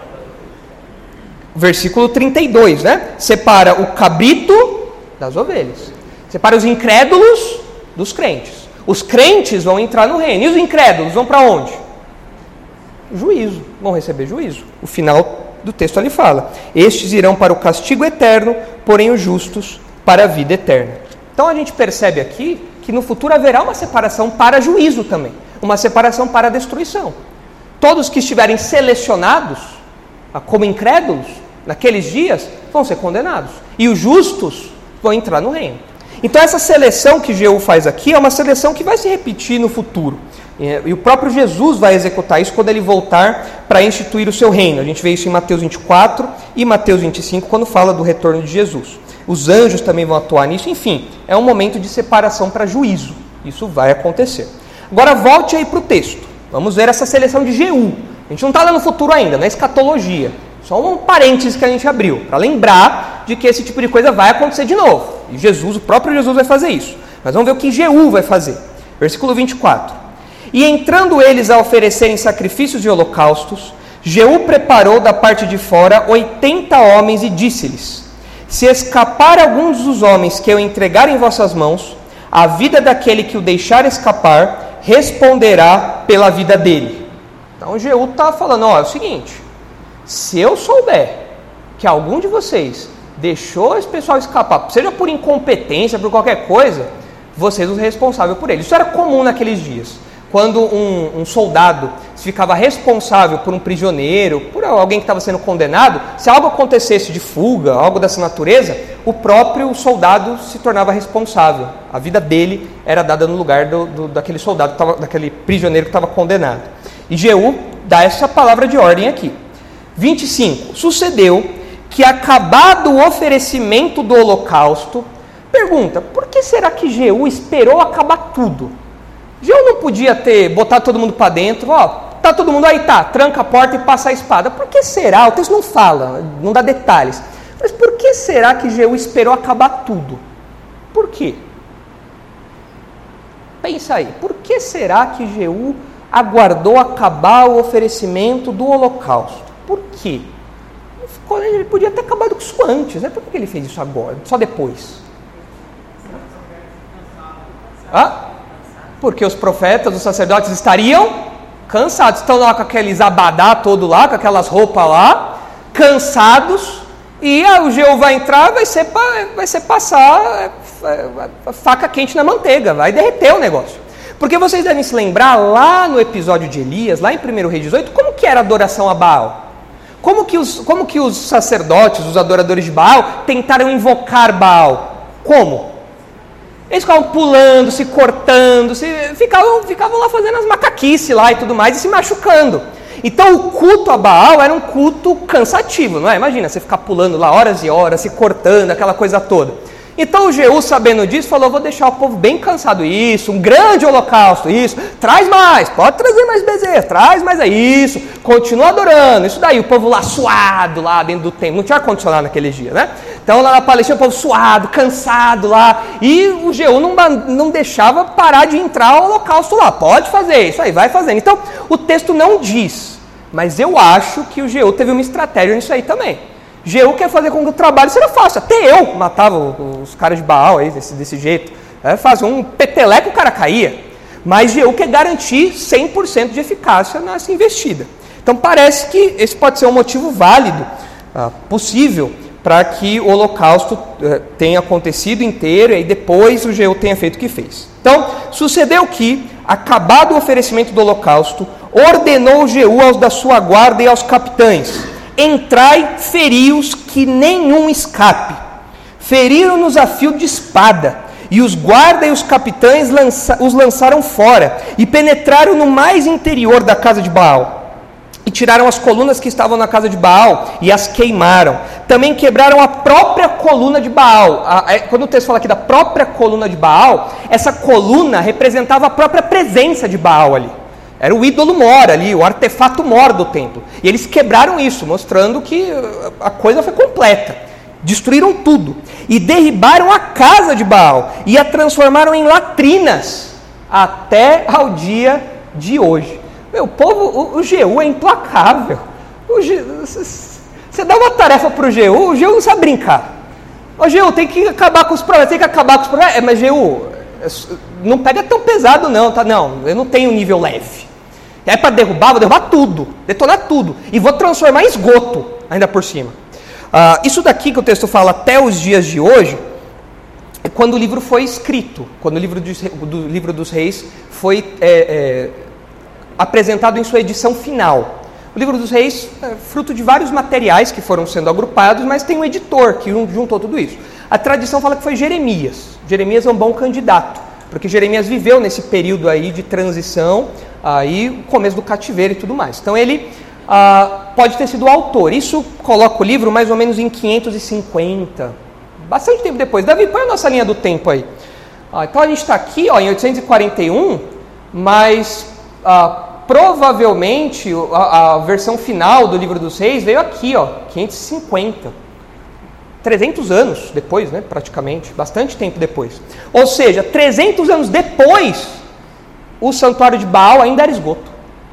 Versículo trinta e dois, né? Separa o cabrito das ovelhas. Separa os incrédulos dos crentes. Os crentes vão entrar no reino. E os incrédulos vão para onde? Juízo, vão receber juízo. O final do texto ali fala: estes irão para o castigo eterno, porém os justos para a vida eterna. Então a gente percebe aqui que no futuro haverá uma separação para juízo também, uma separação para destruição. Todos que estiverem selecionados como incrédulos naqueles dias vão ser condenados, e os justos vão entrar no reino. Então essa seleção que Jeú faz aqui é uma seleção que vai se repetir no futuro. E o próprio Jesus vai executar isso quando ele voltar para instituir o seu reino. A gente vê isso em Mateus vinte e quatro e Mateus vinte e cinco, quando fala do retorno de Jesus. Os anjos também vão atuar nisso. Enfim, é um momento de separação para juízo. Isso vai acontecer. Agora volte aí para o texto. Vamos ver essa seleção de Jeú. A gente não está lá no futuro ainda, na escatologia. Só um parênteses que a gente abriu, para lembrar de que esse tipo de coisa vai acontecer de novo. E Jesus, o próprio Jesus vai fazer isso. Mas vamos ver o que Jeú vai fazer. Versículo vinte e quatro. E entrando eles a oferecerem sacrifícios e holocaustos, Jeú preparou da parte de fora oitenta homens e disse-lhes: se escapar alguns dos homens que eu entregar em vossas mãos, a vida daquele que o deixar escapar responderá pela vida dele. Então Jeú está falando: ó, é o seguinte, se eu souber que algum de vocês deixou esse pessoal escapar, seja por incompetência, por qualquer coisa, vocês os responsáveis por ele. Isso era comum naqueles dias. Quando um, um soldado ficava responsável por um prisioneiro, por alguém que estava sendo condenado, se algo acontecesse de fuga, algo dessa natureza, o próprio soldado se tornava responsável. A vida dele era dada no lugar do, do, daquele soldado, que tava, daquele prisioneiro que estava condenado. E Jeú dá essa palavra de ordem aqui. vinte e cinco. Sucedeu que, acabado o oferecimento do holocausto, pergunta, por que será que Jeú esperou acabar tudo? Jeú não podia ter botado todo mundo para dentro, ó, tá todo mundo aí, tá, tranca a porta e passa a espada. Por que será? O texto não fala, não dá detalhes. Mas por que será que Jeú esperou acabar tudo? Por quê? Pensa aí, por que será que Jeú aguardou acabar o oferecimento do holocausto? Por quê? Ele podia ter acabado com isso antes, né? Por que ele fez isso agora, só depois? Ah? Porque os profetas, os sacerdotes estariam cansados. Estão lá com aqueles abadá todo lá, com aquelas roupas lá, cansados. E ah, o Jeú vai entrar, vai ser, vai ser passar a faca quente na manteiga, vai derreter o negócio. Porque vocês devem se lembrar, lá no episódio de Elias, lá em primeiro Reis dezoito, como que era a adoração a Baal? Como que os, como que os sacerdotes, os adoradores de Baal, tentaram invocar Baal? Como? Eles ficavam pulando, se cortando, se, ficavam, ficavam lá fazendo as macaquices lá e tudo mais, e se machucando. Então o culto a Baal era um culto cansativo, não é? Imagina, você ficar pulando lá horas e horas, se cortando, aquela coisa toda. Então o Jeú, sabendo disso, falou, vou deixar o povo bem cansado. Isso, um grande holocausto, isso. Traz mais, pode trazer mais bezerros, traz mais é isso. Continua adorando, isso daí. O povo lá suado, lá dentro do templo. Não tinha ar-condicionado naqueles dias, né? Então lá na Palestina o povo suado, cansado lá. E o Jeú não, não deixava parar de entrar o holocausto lá. Pode fazer, isso aí, vai fazendo. Então o texto não diz, mas eu acho que o Jeú teve uma estratégia nisso aí também. Jeú quer fazer com que o trabalho seja fácil. Até eu matava os caras de Baal aí, desse, desse jeito. É, fazia um peteleco, o cara caía. Mas Jeú quer garantir cem por cento de eficácia nessa investida. Então parece que esse pode ser um motivo válido, uh, possível, para que o holocausto uh, tenha acontecido inteiro e aí depois o Jeú tenha feito o que fez. Então, sucedeu que, acabado o oferecimento do holocausto, ordenou Jeú aos da sua guarda e aos capitães: entrai, feri-os, que nenhum escape. Feriram-nos a fio de espada, e os guardas e os capitães lança, os lançaram fora, e penetraram no mais interior da casa de Baal. E tiraram as colunas que estavam na casa de Baal, e as queimaram. Também quebraram a própria coluna de Baal. A, a, quando o texto fala aqui da própria coluna de Baal, essa coluna representava a própria presença de Baal ali. Era o ídolo mor ali, o artefato mor do templo. E eles quebraram isso, mostrando que a coisa foi completa. Destruíram tudo. E derribaram a casa de Baal. E a transformaram em latrinas. Até ao dia de hoje. Meu, o povo, o, o Jeú é implacável. Você dá uma tarefa para o Jeú, o Jeú não sabe brincar. Ô Jeú, tem que acabar com os problemas, tem que acabar com os problemas. É, mas Jeú, não pega tão pesado não, tá? Não, eu não tenho nível leve. É para derrubar, vou derrubar tudo, detonar tudo. E vou transformar em esgoto, ainda por cima. Uh, isso daqui que o texto fala até os dias de hoje, é quando o livro foi escrito, quando o livro, de, do livro dos Reis foi é, é, apresentado em sua edição final. O livro dos Reis é fruto de vários materiais que foram sendo agrupados, mas tem um editor que juntou tudo isso. A tradição fala que foi Jeremias. Jeremias é um bom candidato, porque Jeremias viveu nesse período aí de transição, aí o começo do cativeiro e tudo mais. Então ele ah, pode ter sido o autor. Isso coloca o livro mais ou menos em quinhentos e cinquenta, bastante tempo depois. Davi, põe a nossa linha do tempo aí. Ah, então a gente está aqui ó, em oitocentos e quarenta e um, mas ah, provavelmente a, a versão final do livro dos Reis veio aqui, ó, quinhentos e cinquenta. trezentos anos depois, né, praticamente, bastante tempo depois. Ou seja, trezentos anos depois, o santuário de Baal ainda era esgoto.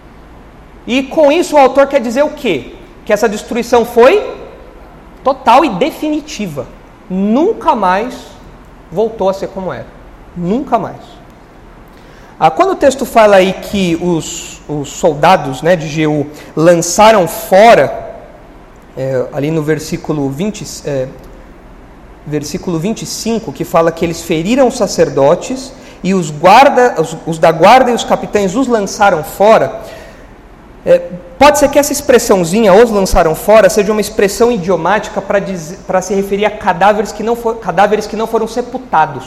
E com isso o autor quer dizer o quê? Que essa destruição foi total e definitiva. Nunca mais voltou a ser como era. Nunca mais. Ah, quando o texto fala aí que os, os soldados, né, de Jeú lançaram fora, É, ali no versículo vinte, é, versículo vinte e cinco, que fala que eles feriram os sacerdotes e os, guarda, os, os da guarda e os capitães os lançaram fora. É, pode ser que essa expressãozinha, os lançaram fora, seja uma expressão idiomática para se referir a cadáveres que, não for, cadáveres que não foram sepultados.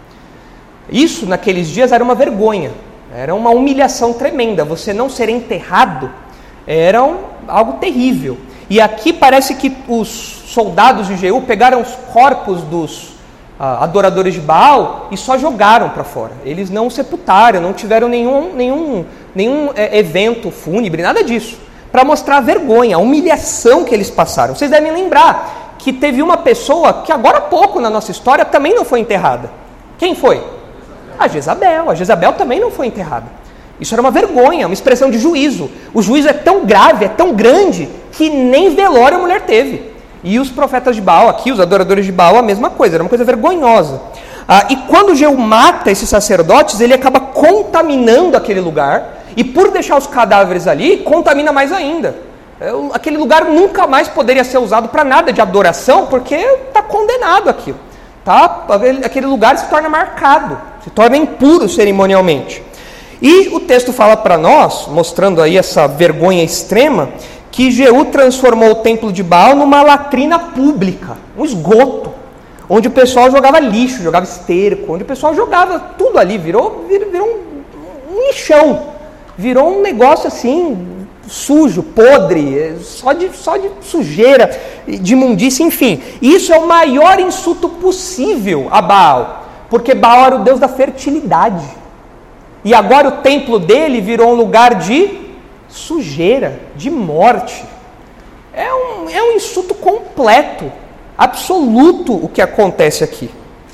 Isso, naqueles dias, era uma vergonha, era uma humilhação tremenda. Você não ser enterrado era um, algo terrível. E aqui parece que os soldados de Jeú pegaram os corpos dos ah, adoradores de Baal e só jogaram para fora. Eles não sepultaram, não tiveram nenhum, nenhum, nenhum é, evento fúnebre, nada disso. Para mostrar a vergonha, a humilhação que eles passaram. Vocês devem lembrar que teve uma pessoa que agora há pouco na nossa história também não foi enterrada. Quem foi? A Jezabel. A Jezabel também não foi enterrada. Isso era uma vergonha, uma expressão de juízo. O juízo é tão grave, é tão grande, que nem velório a mulher teve. E os profetas de Baal aqui, os adoradores de Baal, a mesma coisa, era uma coisa vergonhosa. Ah, e quando Jeú mata esses sacerdotes, ele acaba contaminando aquele lugar, e por deixar os cadáveres ali, contamina mais ainda. É, aquele lugar nunca mais poderia ser usado para nada de adoração, porque está condenado aquilo. Tá? Aquele lugar se torna marcado, se torna impuro cerimonialmente. E o texto fala para nós, mostrando aí essa vergonha extrema, que Jeú transformou o templo de Baal numa latrina pública, um esgoto, onde o pessoal jogava lixo, jogava esterco, onde o pessoal jogava tudo ali, virou, virou, virou um, um lixão, virou um negócio assim, sujo, podre, só de, só de sujeira, de imundícia, enfim. Isso é o maior insulto possível a Baal, porque Baal era o deus da fertilidade. E agora o templo dele virou um lugar de sujeira, de morte. É um, é um insulto completo, absoluto o que acontece aqui.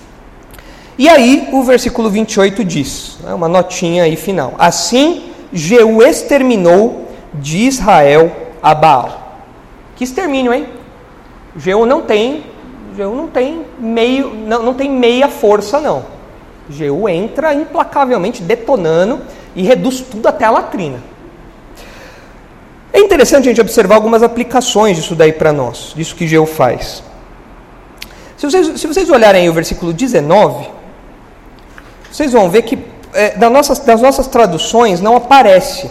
E aí o versículo vinte e oito diz, né, uma notinha aí final. Assim Jeú exterminou de Israel a Baal. Que extermínio, hein? Jeú não tem, Jeú não tem meio, não, não tem meia força não. Jeú entra implacavelmente detonando e reduz tudo até a latrina. É interessante a gente observar algumas aplicações disso daí para nós, disso que Jeú faz. Se vocês, se vocês olharem aí o versículo dezenove, vocês vão ver que é, das, nossas, das nossas traduções não aparece,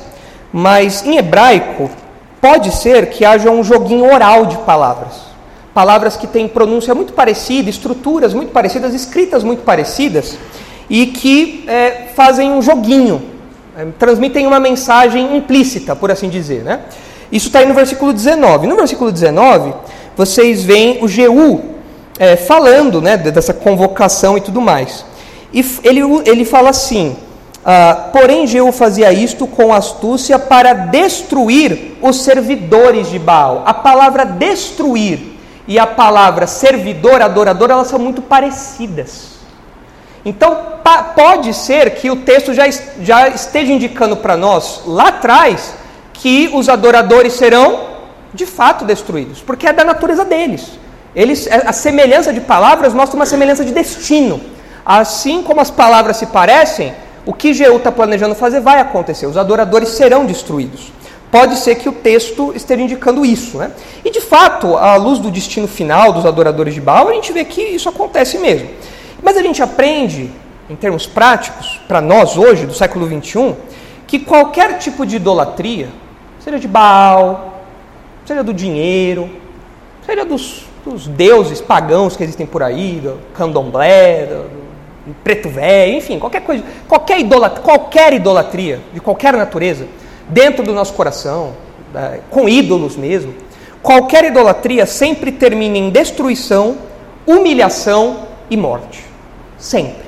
mas em hebraico pode ser que haja um joguinho oral de palavras. Palavras que têm pronúncia muito parecida, estruturas muito parecidas, escritas muito parecidas, e que é, fazem um joguinho, é, transmitem uma mensagem implícita, por assim dizer, né? Isso está aí no versículo dezenove. No versículo dezenove, vocês veem o Jeú é, falando, né, dessa convocação e tudo mais. E ele, ele fala assim, ah, porém Jeú fazia isto com astúcia para destruir os servidores de Baal. A palavra destruir e a palavra servidor, adorador, elas são muito parecidas. Então, pode ser que o texto já, já esteja indicando para nós, lá atrás, que os adoradores serão, de fato, destruídos, porque é da natureza deles. Eles, a semelhança de palavras mostra uma semelhança de destino. Assim como as palavras se parecem, o que Jeú está planejando fazer vai acontecer, os adoradores serão destruídos. Pode ser que o texto esteja indicando isso, né? E, de fato, à luz do destino final dos adoradores de Baal, a gente vê que isso acontece mesmo. Mas a gente aprende, em termos práticos, para nós hoje, do século vinte e um, que qualquer tipo de idolatria, seja de Baal, seja do dinheiro, seja dos, dos deuses pagãos que existem por aí, do candomblé, do, do preto velho, enfim, qualquer coisa, qualquer idolatria, qualquer idolatria, de qualquer natureza, dentro do nosso coração, com ídolos mesmo, qualquer idolatria sempre termina em destruição, humilhação e morte. Sempre.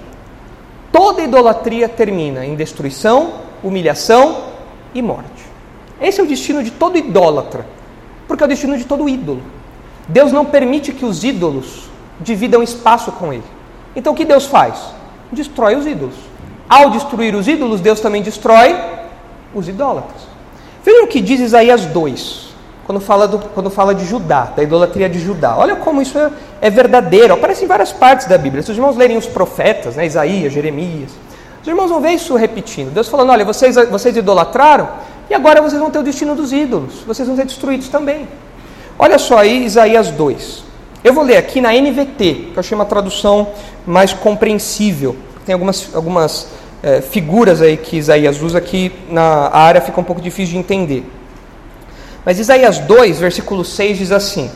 Toda idolatria termina em destruição, humilhação e morte. Esse é o destino de todo idólatra, porque é o destino de todo ídolo. Deus não permite que os ídolos dividam espaço com ele. Então o que Deus faz? Destrói os ídolos. Ao destruir os ídolos, Deus também destrói os idólatras. Vejam o que diz Isaías dois, quando fala, do, quando fala de Judá, da idolatria de Judá. Olha como isso é, é verdadeiro, aparece em várias partes da Bíblia. Se os irmãos lerem os profetas, né, Isaías, Jeremias, os irmãos vão ver isso repetindo. Deus falando, olha, vocês, vocês idolatraram, e agora vocês vão ter o destino dos ídolos, vocês vão ser destruídos também. Olha só aí Isaías dois. Eu vou ler aqui na N V T, que eu achei uma tradução mais compreensível. Tem algumas, algumas é, figuras aí que Isaías usa que na área fica um pouco difícil de entender. Mas Isaías dois, versículo seis diz assim,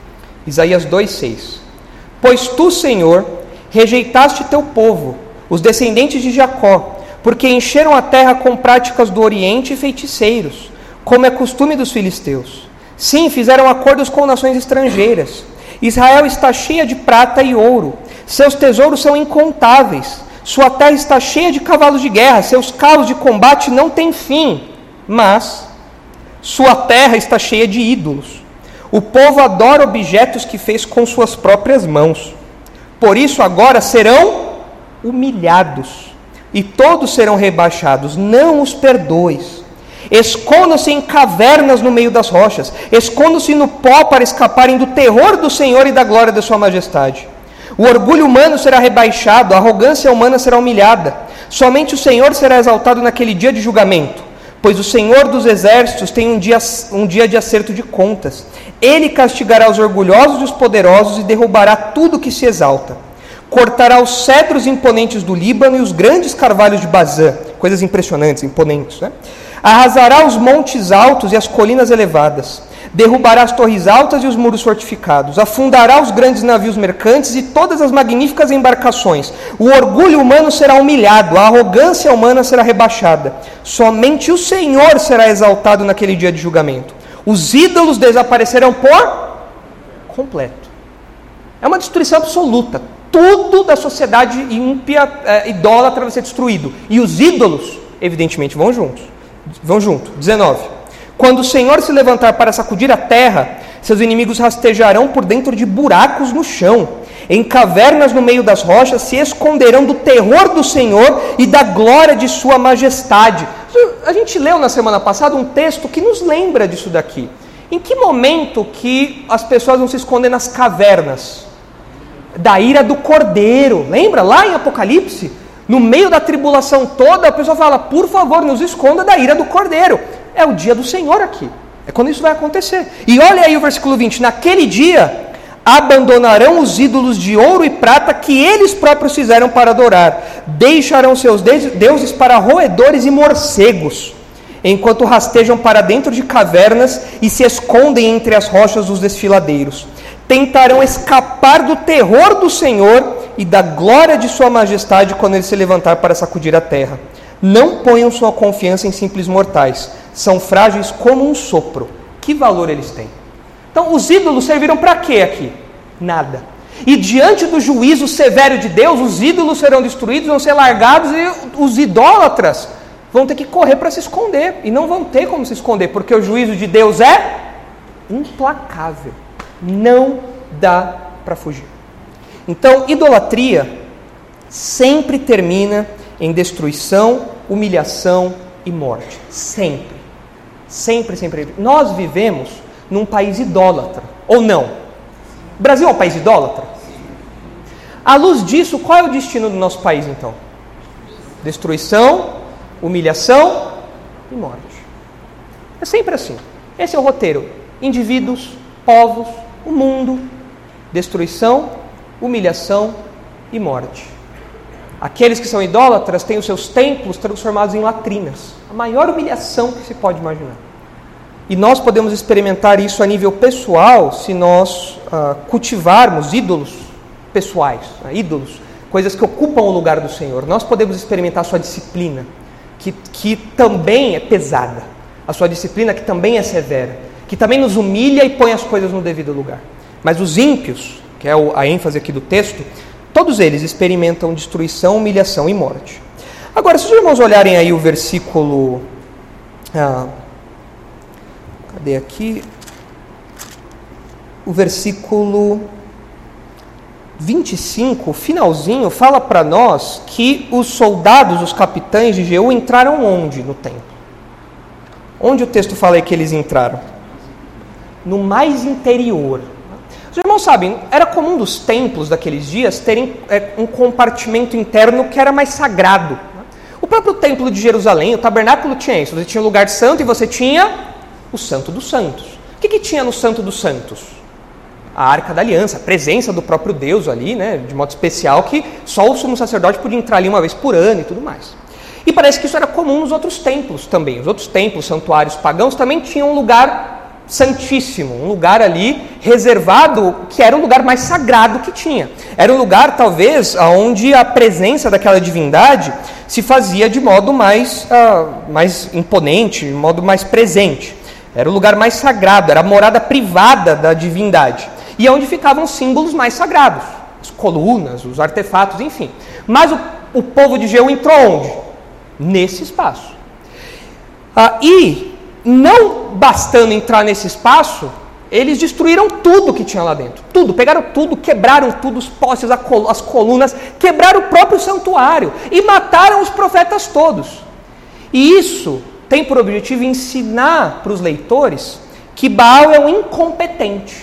Isaías dois, seis. Pois tu, Senhor, rejeitaste teu povo, os descendentes de Jacó, porque encheram a terra com práticas do Oriente e feiticeiros, como é costume dos filisteus. Sim, fizeram acordos com nações estrangeiras. Israel está cheia de prata e ouro, seus tesouros são incontáveis, sua terra está cheia de cavalos de guerra, seus carros de combate não têm fim, mas sua terra está cheia de ídolos. O povo adora objetos que fez com suas próprias mãos. Por isso agora serão humilhados, e todos serão rebaixados. Não os perdoes. Escondam-se em cavernas no meio das rochas. Escondam-se no pó para escaparem do terror do Senhor e da glória da sua majestade. O orgulho humano será rebaixado, a arrogância humana será humilhada. Somente o Senhor será exaltado naquele dia de julgamento. Pois o Senhor dos exércitos tem um dia, um dia de acerto de contas. Ele castigará os orgulhosos e os poderosos e derrubará tudo que se exalta. Cortará os cedros imponentes do Líbano e os grandes carvalhos de Bazã. Coisas impressionantes, imponentes, né? Arrasará os montes altos e as colinas elevadas. Derrubará as torres altas e os muros fortificados. Afundará os grandes navios mercantes e todas as magníficas embarcações. O orgulho humano será humilhado, a arrogância humana será rebaixada. Somente o Senhor será exaltado naquele dia de julgamento. Os ídolos desaparecerão por completo. É uma destruição absoluta. Tudo da sociedade ímpia, é, idólatra vai ser destruído. E os ídolos, evidentemente, vão juntos. Vão junto. dezenove. Quando o Senhor se levantar para sacudir a terra, seus inimigos rastejarão por dentro de buracos no chão. Em cavernas no meio das rochas se esconderão do terror do Senhor e da glória de sua majestade. A gente leu na semana passada um texto que nos lembra disso daqui. Em que momento que as pessoas vão se esconder nas cavernas? Da ira do Cordeiro. Lembra? Lá em Apocalipse, no meio da tribulação toda, a pessoa fala, por favor, nos esconda da ira do Cordeiro. É o dia do Senhor aqui. É quando isso vai acontecer. E olha aí o versículo vinte. Naquele dia, abandonarão os ídolos de ouro e prata que eles próprios fizeram para adorar. Deixarão seus deuses para roedores e morcegos, enquanto rastejam para dentro de cavernas e se escondem entre as rochas dos desfiladeiros. Tentarão escapar do terror do Senhor e da glória de sua majestade quando ele se levantar para sacudir a terra. Não ponham sua confiança em simples mortais. São frágeis como um sopro. Que valor eles têm? Então, os ídolos serviram para quê aqui? Nada. E diante do juízo severo de Deus, os ídolos serão destruídos, vão ser largados e os idólatras vão ter que correr para se esconder. E não vão ter como se esconder, porque o juízo de Deus é implacável. Não dá para fugir. Então, idolatria sempre termina em destruição, humilhação e morte. Sempre. Sempre, sempre. Nós vivemos num país idólatra, ou não? O Brasil é um país idólatra? À luz disso, qual é o destino do nosso país, então? Destruição, humilhação e morte. É sempre assim. Esse é o roteiro. Indivíduos, povos, o mundo, destruição, humilhação e morte. Aqueles que são idólatras têm os seus templos transformados em latrinas. A maior humilhação que se pode imaginar. E nós podemos experimentar isso a nível pessoal se nós uh, cultivarmos ídolos pessoais, uh, ídolos, coisas que ocupam o lugar do Senhor. Nós podemos experimentar a sua disciplina, que, que também é pesada. A sua disciplina que também é severa, que também nos humilha e põe as coisas no devido lugar. Mas os ímpios, que é a ênfase aqui do texto, todos eles experimentam destruição, humilhação e morte. Agora, se os irmãos olharem aí o versículo... Ah, cadê aqui? O versículo vinte e cinco, o finalzinho, fala para nós que os soldados, os capitães de Jeú entraram onde no templo? Onde o texto fala aí que eles entraram? No mais interior. Os irmãos sabem, era comum dos templos daqueles dias terem é, um compartimento interno que era mais sagrado. O próprio templo de Jerusalém, o tabernáculo tinha isso. Você tinha o lugar santo e você tinha o santo dos santos. O que, que tinha no santo dos santos? A arca da aliança, a presença do próprio Deus ali, né, de modo especial, que só o sumo sacerdote podia entrar ali uma vez por ano e tudo mais. E parece que isso era comum nos outros templos também. Os outros templos, santuários pagãos, também tinham um lugar santíssimo, um lugar ali reservado, que era o lugar mais sagrado que tinha. Era um lugar, talvez, onde a presença daquela divindade se fazia de modo mais, uh, mais imponente, de modo mais presente. Era o lugar mais sagrado, era a morada privada da divindade. E é onde ficavam os símbolos mais sagrados, as colunas, os artefatos, enfim. Mas o, o povo de Jeú entrou onde? Nesse espaço. Ah, e, não bastando entrar nesse espaço, eles destruíram tudo que tinha lá dentro. Tudo, pegaram tudo, quebraram tudo, os postes, as colunas, quebraram o próprio santuário e mataram os profetas todos. E isso tem por objetivo ensinar para os leitores que Baal é um incompetente.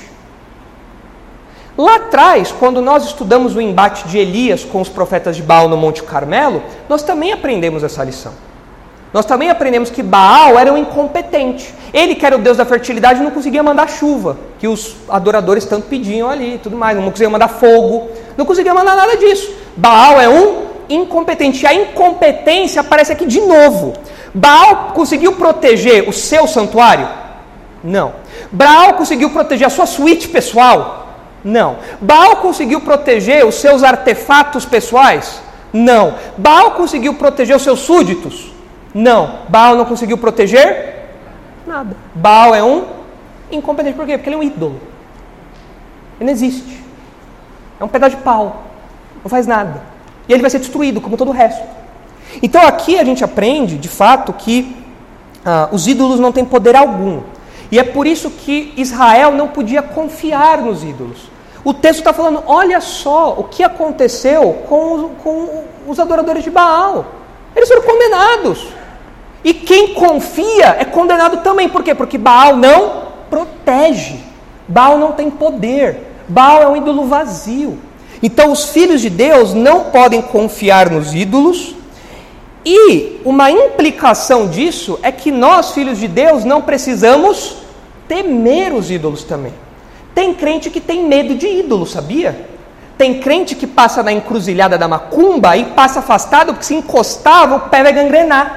Lá atrás, quando nós estudamos o embate de Elias com os profetas de Baal no Monte Carmelo, nós também aprendemos essa lição. Nós também aprendemos que Baal era um incompetente. Ele, que era o deus da fertilidade, não conseguia mandar chuva, que os adoradores tanto pediam ali e tudo mais. Não conseguia mandar fogo, não conseguia mandar nada disso. Baal é um incompetente. E a incompetência aparece aqui de novo. Baal conseguiu proteger o seu santuário? Não. Baal conseguiu proteger a sua suíte pessoal? Não. Baal conseguiu proteger os seus artefatos pessoais? Não. Baal conseguiu proteger os seus súditos? Não. Baal não conseguiu proteger nada. Baal é um incompetente. Por quê? Porque ele é um ídolo. Ele não existe. É um pedaço de pau. Não faz nada. E ele vai ser destruído, como todo o resto. Então aqui a gente aprende, de fato, que ah, os ídolos não têm poder algum. E é por isso que Israel não podia confiar nos ídolos. O texto está falando, olha só o que aconteceu com os, com os adoradores de Baal. Eles foram condenados. E quem confia é condenado também. Por quê? Porque Baal não protege. Baal não tem poder. Baal é um ídolo vazio. Então os filhos de Deus não podem confiar nos ídolos. E uma implicação disso é que nós, filhos de Deus, não precisamos temer os ídolos também. Tem crente que tem medo de ídolo, sabia? Tem crente que passa na encruzilhada da macumba e passa afastado porque se encostava o pé vai gangrenar.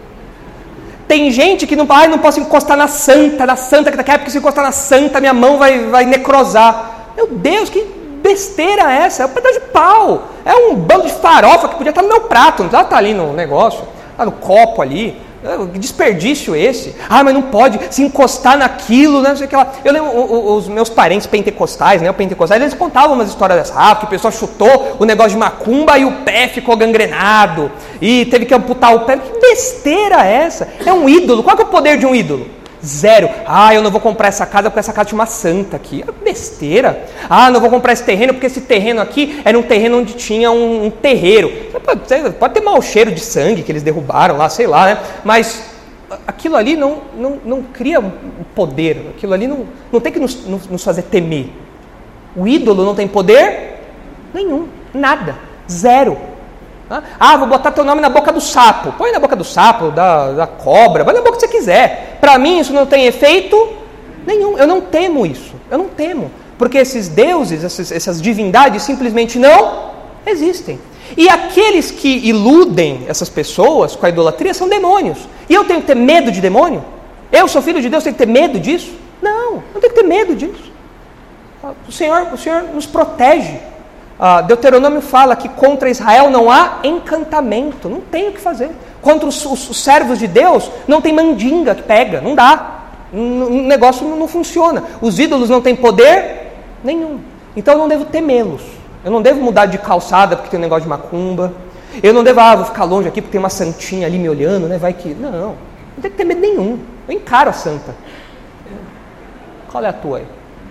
Tem gente que não, ah, não posso encostar na santa, na santa que tá aqui, porque se encostar na santa minha mão vai, vai necrosar. Meu Deus, que besteira é essa? É um pedaço de pau. É um bando de farofa que podia estar no meu prato, não precisava estar ali no negócio, tá no copo ali. Que desperdício esse? Ah, mas não pode se encostar naquilo, né? Não sei o que lá. Eu lembro os meus parentes pentecostais, né? O pentecostais, eles contavam umas histórias dessa, ah, que o pessoal chutou o negócio de macumba e o pé ficou gangrenado e teve que amputar o pé. Que besteira é essa? É um ídolo. Qual que é o poder de um ídolo? Zero. Ah, eu não vou comprar essa casa porque essa casa tinha uma santa aqui. É besteira. Ah, não vou comprar esse terreno porque esse terreno aqui era um terreno onde tinha um, um terreiro. Pode, pode ter mau cheiro de sangue que eles derrubaram lá, sei lá, né? Mas aquilo ali não, não, não cria poder. Aquilo ali não, não tem que nos, nos fazer temer. O ídolo não tem poder nenhum. Nada. Zero. Ah, vou botar teu nome na boca do sapo. Põe na boca do sapo, da, da cobra, vai na boca que você quiser. Para mim isso não tem efeito nenhum. Eu não temo isso. Eu não temo. Porque esses deuses, essas, essas divindades simplesmente não existem. E aqueles que iludem essas pessoas com a idolatria são demônios. E eu tenho que ter medo de demônio? Eu sou filho de Deus, tenho que ter medo disso? Não, não tenho que ter medo disso. O Senhor, o Senhor nos protege. Uh, Deuteronômio fala que contra Israel não há encantamento, não tem o que fazer. Contra os, os, os servos de Deus não tem mandinga que pega, não dá. O negócio não, não funciona. Os ídolos não têm poder nenhum. Então eu não devo temê-los. Eu não devo mudar de calçada porque tem um negócio de macumba. Eu não devo, ah, vou ficar longe aqui porque tem uma santinha ali me olhando, né? Vai que... Não, não tem que ter medo nenhum. Eu encaro a santa. Qual é a tua aí?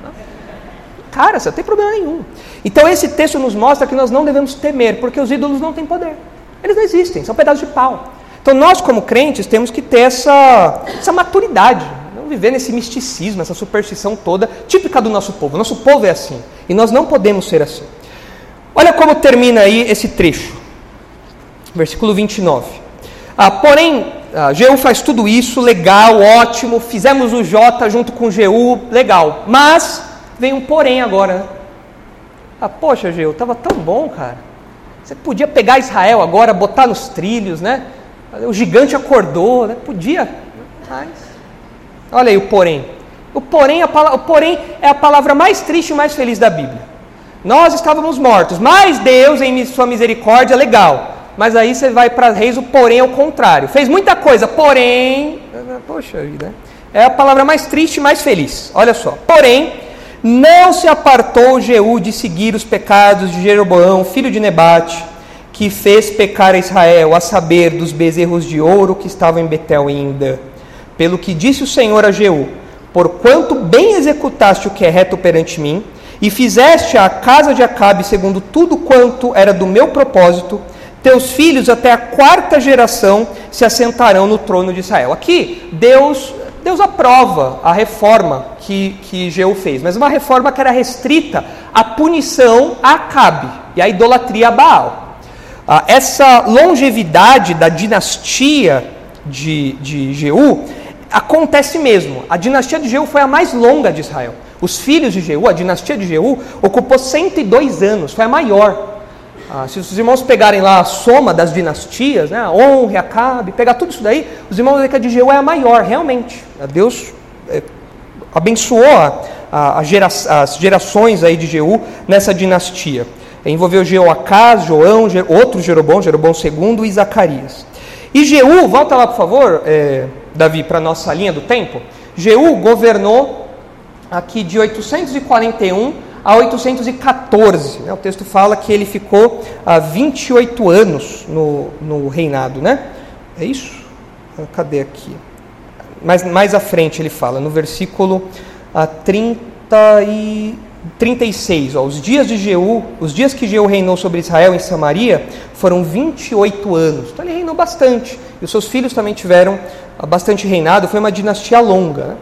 Cara, você não tem problema nenhum. Então esse texto nos mostra que nós não devemos temer, porque os ídolos não têm poder. Eles não existem, são pedaços de pau. Então nós como crentes temos que ter essa, essa maturidade, não viver nesse misticismo, essa superstição toda, típica do nosso povo. O nosso povo é assim, e nós não podemos ser assim. Olha como termina aí esse trecho. Versículo vinte e nove. Ah, porém, ah, Jeú faz tudo isso, legal, ótimo, fizemos o J junto com Jeú, legal, mas... Vem um porém agora, né? Ah, poxa, Jeú, estava tão bom, cara. Você podia pegar Israel agora, botar nos trilhos, né? O gigante acordou, né? Podia, mas... Olha aí o porém. O porém, a palavra, o porém é a palavra mais triste e mais feliz da Bíblia. Nós estávamos mortos, mas Deus, em sua misericórdia, legal. Mas aí você vai para Reis, o porém é o contrário. Fez muita coisa, porém... Poxa vida, é a palavra mais triste e mais feliz. Olha só, porém... Não se apartou Jeú de seguir os pecados de Jeroboão, filho de Nebate, que fez pecar a Israel, a saber, dos bezerros de ouro que estavam em Betel ainda. Pelo que disse o Senhor a Jeú, porquanto bem executaste o que é reto perante mim, e fizeste a casa de Acabe segundo tudo quanto era do meu propósito, teus filhos até a quarta geração se assentarão no trono de Israel. Aqui, Deus... Deus aprova a reforma que, que Jeú fez, mas uma reforma que era restrita à punição a Acabe e à idolatria a Baal. Ah, essa longevidade da dinastia de, de Jeú acontece mesmo. A dinastia de Jeú foi a mais longa de Israel. Os filhos de Jeú, a dinastia de Jeú, ocupou cento e dois anos, foi a maior. Ah, se os irmãos pegarem lá a soma das dinastias, né, On, Acabe, pegar tudo isso daí, os irmãos vão ver que a de Jeú é a maior, realmente. Deus é, abençoou a, a, a gera, as gerações aí de Jeú nessa dinastia. Envolveu Jeoacás, João, Je, outro Jeroboão, Jeroboão segundo e Zacarias. E Jeú, volta lá por favor, é, Davi, para a nossa linha do tempo. Jeú governou aqui de oitocentos e quarenta e um a oitocentos e quatorze, né? O texto fala que ele ficou há vinte e oito anos no, no reinado, né? É isso? Cadê aqui? Mais, mais à frente ele fala, no versículo ah, trinta e, trinta e seis, ó, os dias de Jeú, os dias que Jeú reinou sobre Israel em Samaria foram vinte e oito anos, então ele reinou bastante, e os seus filhos também tiveram ah, bastante reinado, foi uma dinastia longa, né?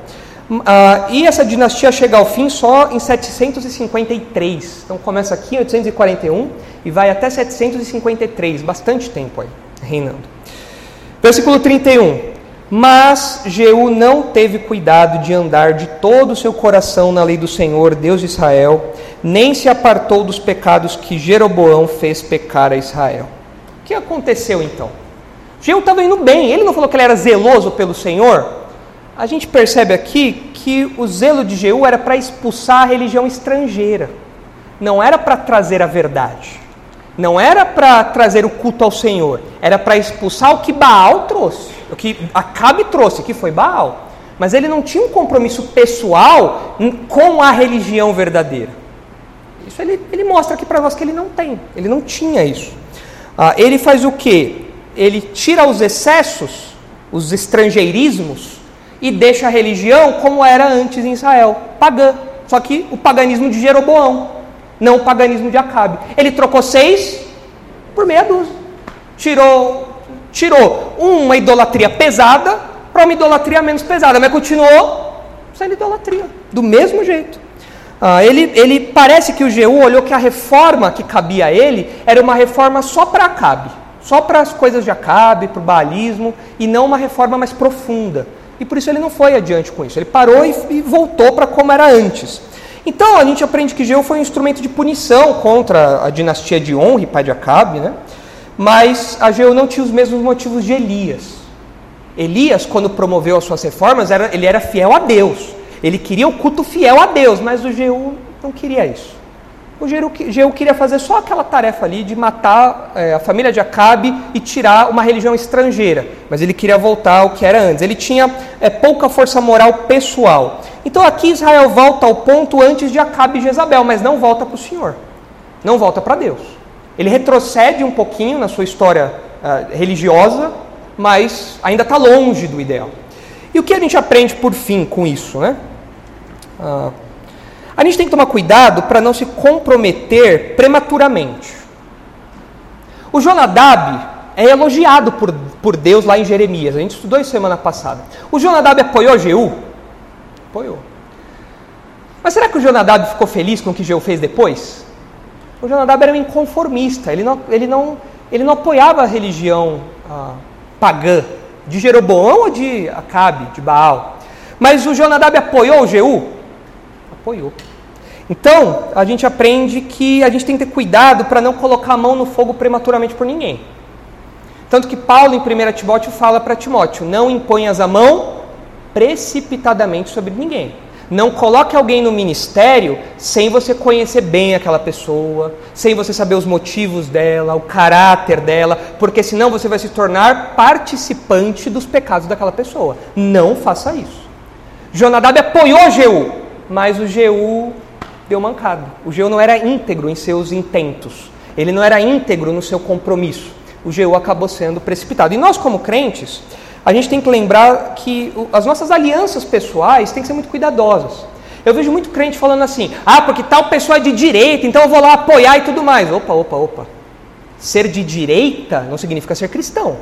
Uh, e essa dinastia chega ao fim só em setecentos e cinquenta e três. Então começa aqui em oitocentos e quarenta e um e vai até setecentos e cinquenta e três. Bastante tempo aí, reinando. Versículo trinta e um. Mas Jeú não teve cuidado de andar de todo o seu coração na lei do Senhor, Deus de Israel, nem se apartou dos pecados que Jeroboão fez pecar a Israel. O que aconteceu então? Jeú estava indo bem, ele não falou que ele era zeloso pelo Senhor? A gente percebe aqui que o zelo de Jeú era para expulsar a religião estrangeira, não era para trazer a verdade, não era para trazer o culto ao Senhor, era para expulsar o que Baal trouxe, o que Acabe trouxe, que foi Baal. Mas ele não tinha um compromisso pessoal com a religião verdadeira. Isso ele, ele mostra aqui para nós que ele não tem, ele não tinha isso. Ah, ele faz o quê? Ele tira os excessos, os estrangeirismos, e deixa a religião como era antes em Israel, pagã. Só que o paganismo de Jeroboão, não o paganismo de Acabe. Ele trocou seis por meia dúzia. Tirou, tirou uma idolatria pesada para uma idolatria menos pesada, mas continuou sendo idolatria, do mesmo jeito. Ah, ele, ele parece que o Jeú olhou que a reforma que cabia a ele era uma reforma só para Acabe, só para as coisas de Acabe, para o baalismo, e não uma reforma mais profunda. E por isso ele não foi adiante com isso. Ele parou e, e voltou para como era antes. Então a gente aprende que Jeú foi um instrumento de punição contra a dinastia de Onri, pai de Acabe, né? Mas a Jeú não tinha os mesmos motivos de Elias. Elias, quando promoveu as suas reformas, era, ele era fiel a Deus. Ele queria o culto fiel a Deus, mas o Jeú não queria isso. O Jeú, Jeú queria fazer só aquela tarefa ali de matar é, a família de Acabe e tirar uma religião estrangeira. Mas ele queria voltar ao que era antes. Ele tinha é, pouca força moral pessoal. Então aqui Israel volta ao ponto antes de Acabe e Jezabel, mas não volta para o Senhor. Não volta para Deus. Ele retrocede um pouquinho na sua história uh, religiosa, mas ainda está longe do ideal. E o que a gente aprende por fim com isso, né? Uh, a gente tem que tomar cuidado para não se comprometer prematuramente. O Jonadab é elogiado por, por Deus lá em Jeremias. A gente estudou isso semana passada. O Jonadab apoiou Jeú? Apoiou. Mas será que o Jonadab ficou feliz com o que Jeú fez depois? O Jonadab era um inconformista. Ele não, ele não, ele não apoiava a religião ah, pagã de Jeroboão ou de Acabe, de Baal. Mas o Jonadab apoiou o Jeú? Apoiou. Então, a gente aprende que a gente tem que ter cuidado para não colocar a mão no fogo prematuramente por ninguém. Tanto que Paulo, em primeira Timóteo, fala para Timóteo, não imponhas a mão precipitadamente sobre ninguém. Não coloque alguém no ministério sem você conhecer bem aquela pessoa, sem você saber os motivos dela, o caráter dela, porque senão você vai se tornar participante dos pecados daquela pessoa. Não faça isso. Jonadab apoiou Jeú, mas o Jeú deu mancada. O Jeú não era íntegro em seus intentos. Ele não era íntegro no seu compromisso. O Jeú acabou sendo precipitado. E nós, como crentes, a gente tem que lembrar que as nossas alianças pessoais têm que ser muito cuidadosas. Eu vejo muito crente falando assim, ah, porque tal pessoa é de direita, então eu vou lá apoiar e tudo mais. Opa, opa, opa. Ser de direita não significa ser cristão.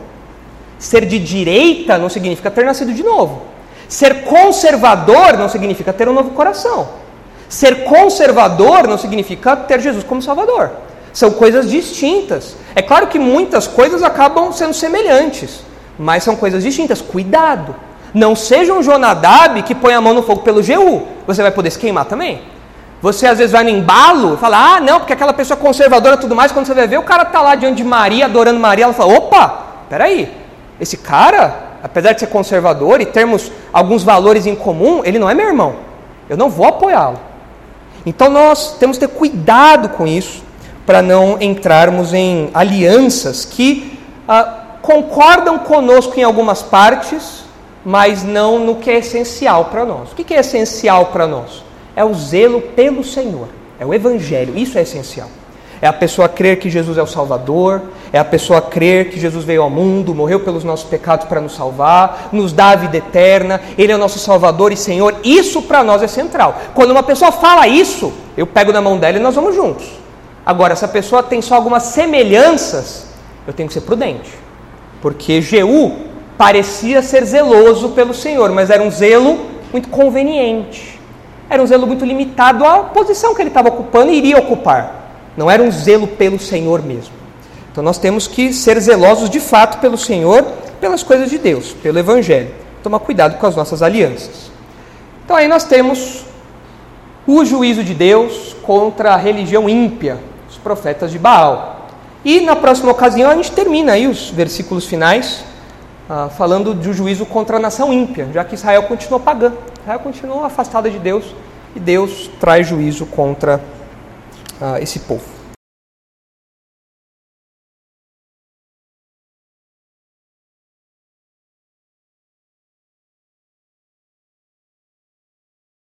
Ser de direita não significa ter nascido de novo. Ser conservador não significa ter um novo coração. Ser conservador não significa ter Jesus como Salvador. São coisas distintas. É claro que muitas coisas acabam sendo semelhantes, mas são coisas distintas. Cuidado. Não seja um Jonadab que põe a mão no fogo pelo Jeú. Você vai poder se queimar também. Você às vezes vai no embalo e fala, ah, não, porque aquela pessoa conservadora e tudo mais, quando você vai ver, o cara está lá diante de Maria, adorando Maria, ela fala, opa, peraí, esse cara, apesar de ser conservador e termos alguns valores em comum, ele não é meu irmão. Eu não vou apoiá-lo. Então nós temos que ter cuidado com isso, para não entrarmos em alianças que ah, concordam conosco em algumas partes, mas não no que é essencial para nós. O que é essencial para nós? É o zelo pelo Senhor, é o Evangelho, isso é essencial. É a pessoa crer que Jesus é o Salvador, é a pessoa crer que Jesus veio ao mundo, morreu pelos nossos pecados para nos salvar, nos dá a vida eterna, Ele é o nosso Salvador e Senhor, isso para nós é central. Quando uma pessoa fala isso, eu pego na mão dela e nós vamos juntos. Agora, se a pessoa tem só algumas semelhanças, eu tenho que ser prudente, porque Jeú parecia ser zeloso pelo Senhor, mas era um zelo muito conveniente, era um zelo muito limitado à posição que ele estava ocupando e iria ocupar. Não era um zelo pelo Senhor mesmo. Então nós temos que ser zelosos de fato pelo Senhor pelas coisas de Deus, pelo Evangelho. Tomar cuidado com as nossas alianças. Então aí nós temos o juízo de Deus contra a religião ímpia, os profetas de Baal. E na próxima ocasião a gente termina aí os versículos finais, ah, falando do juízo contra a nação ímpia, já que Israel continuou pagã, Israel continuou afastada de Deus, e Deus traz juízo contra ah, esse povo.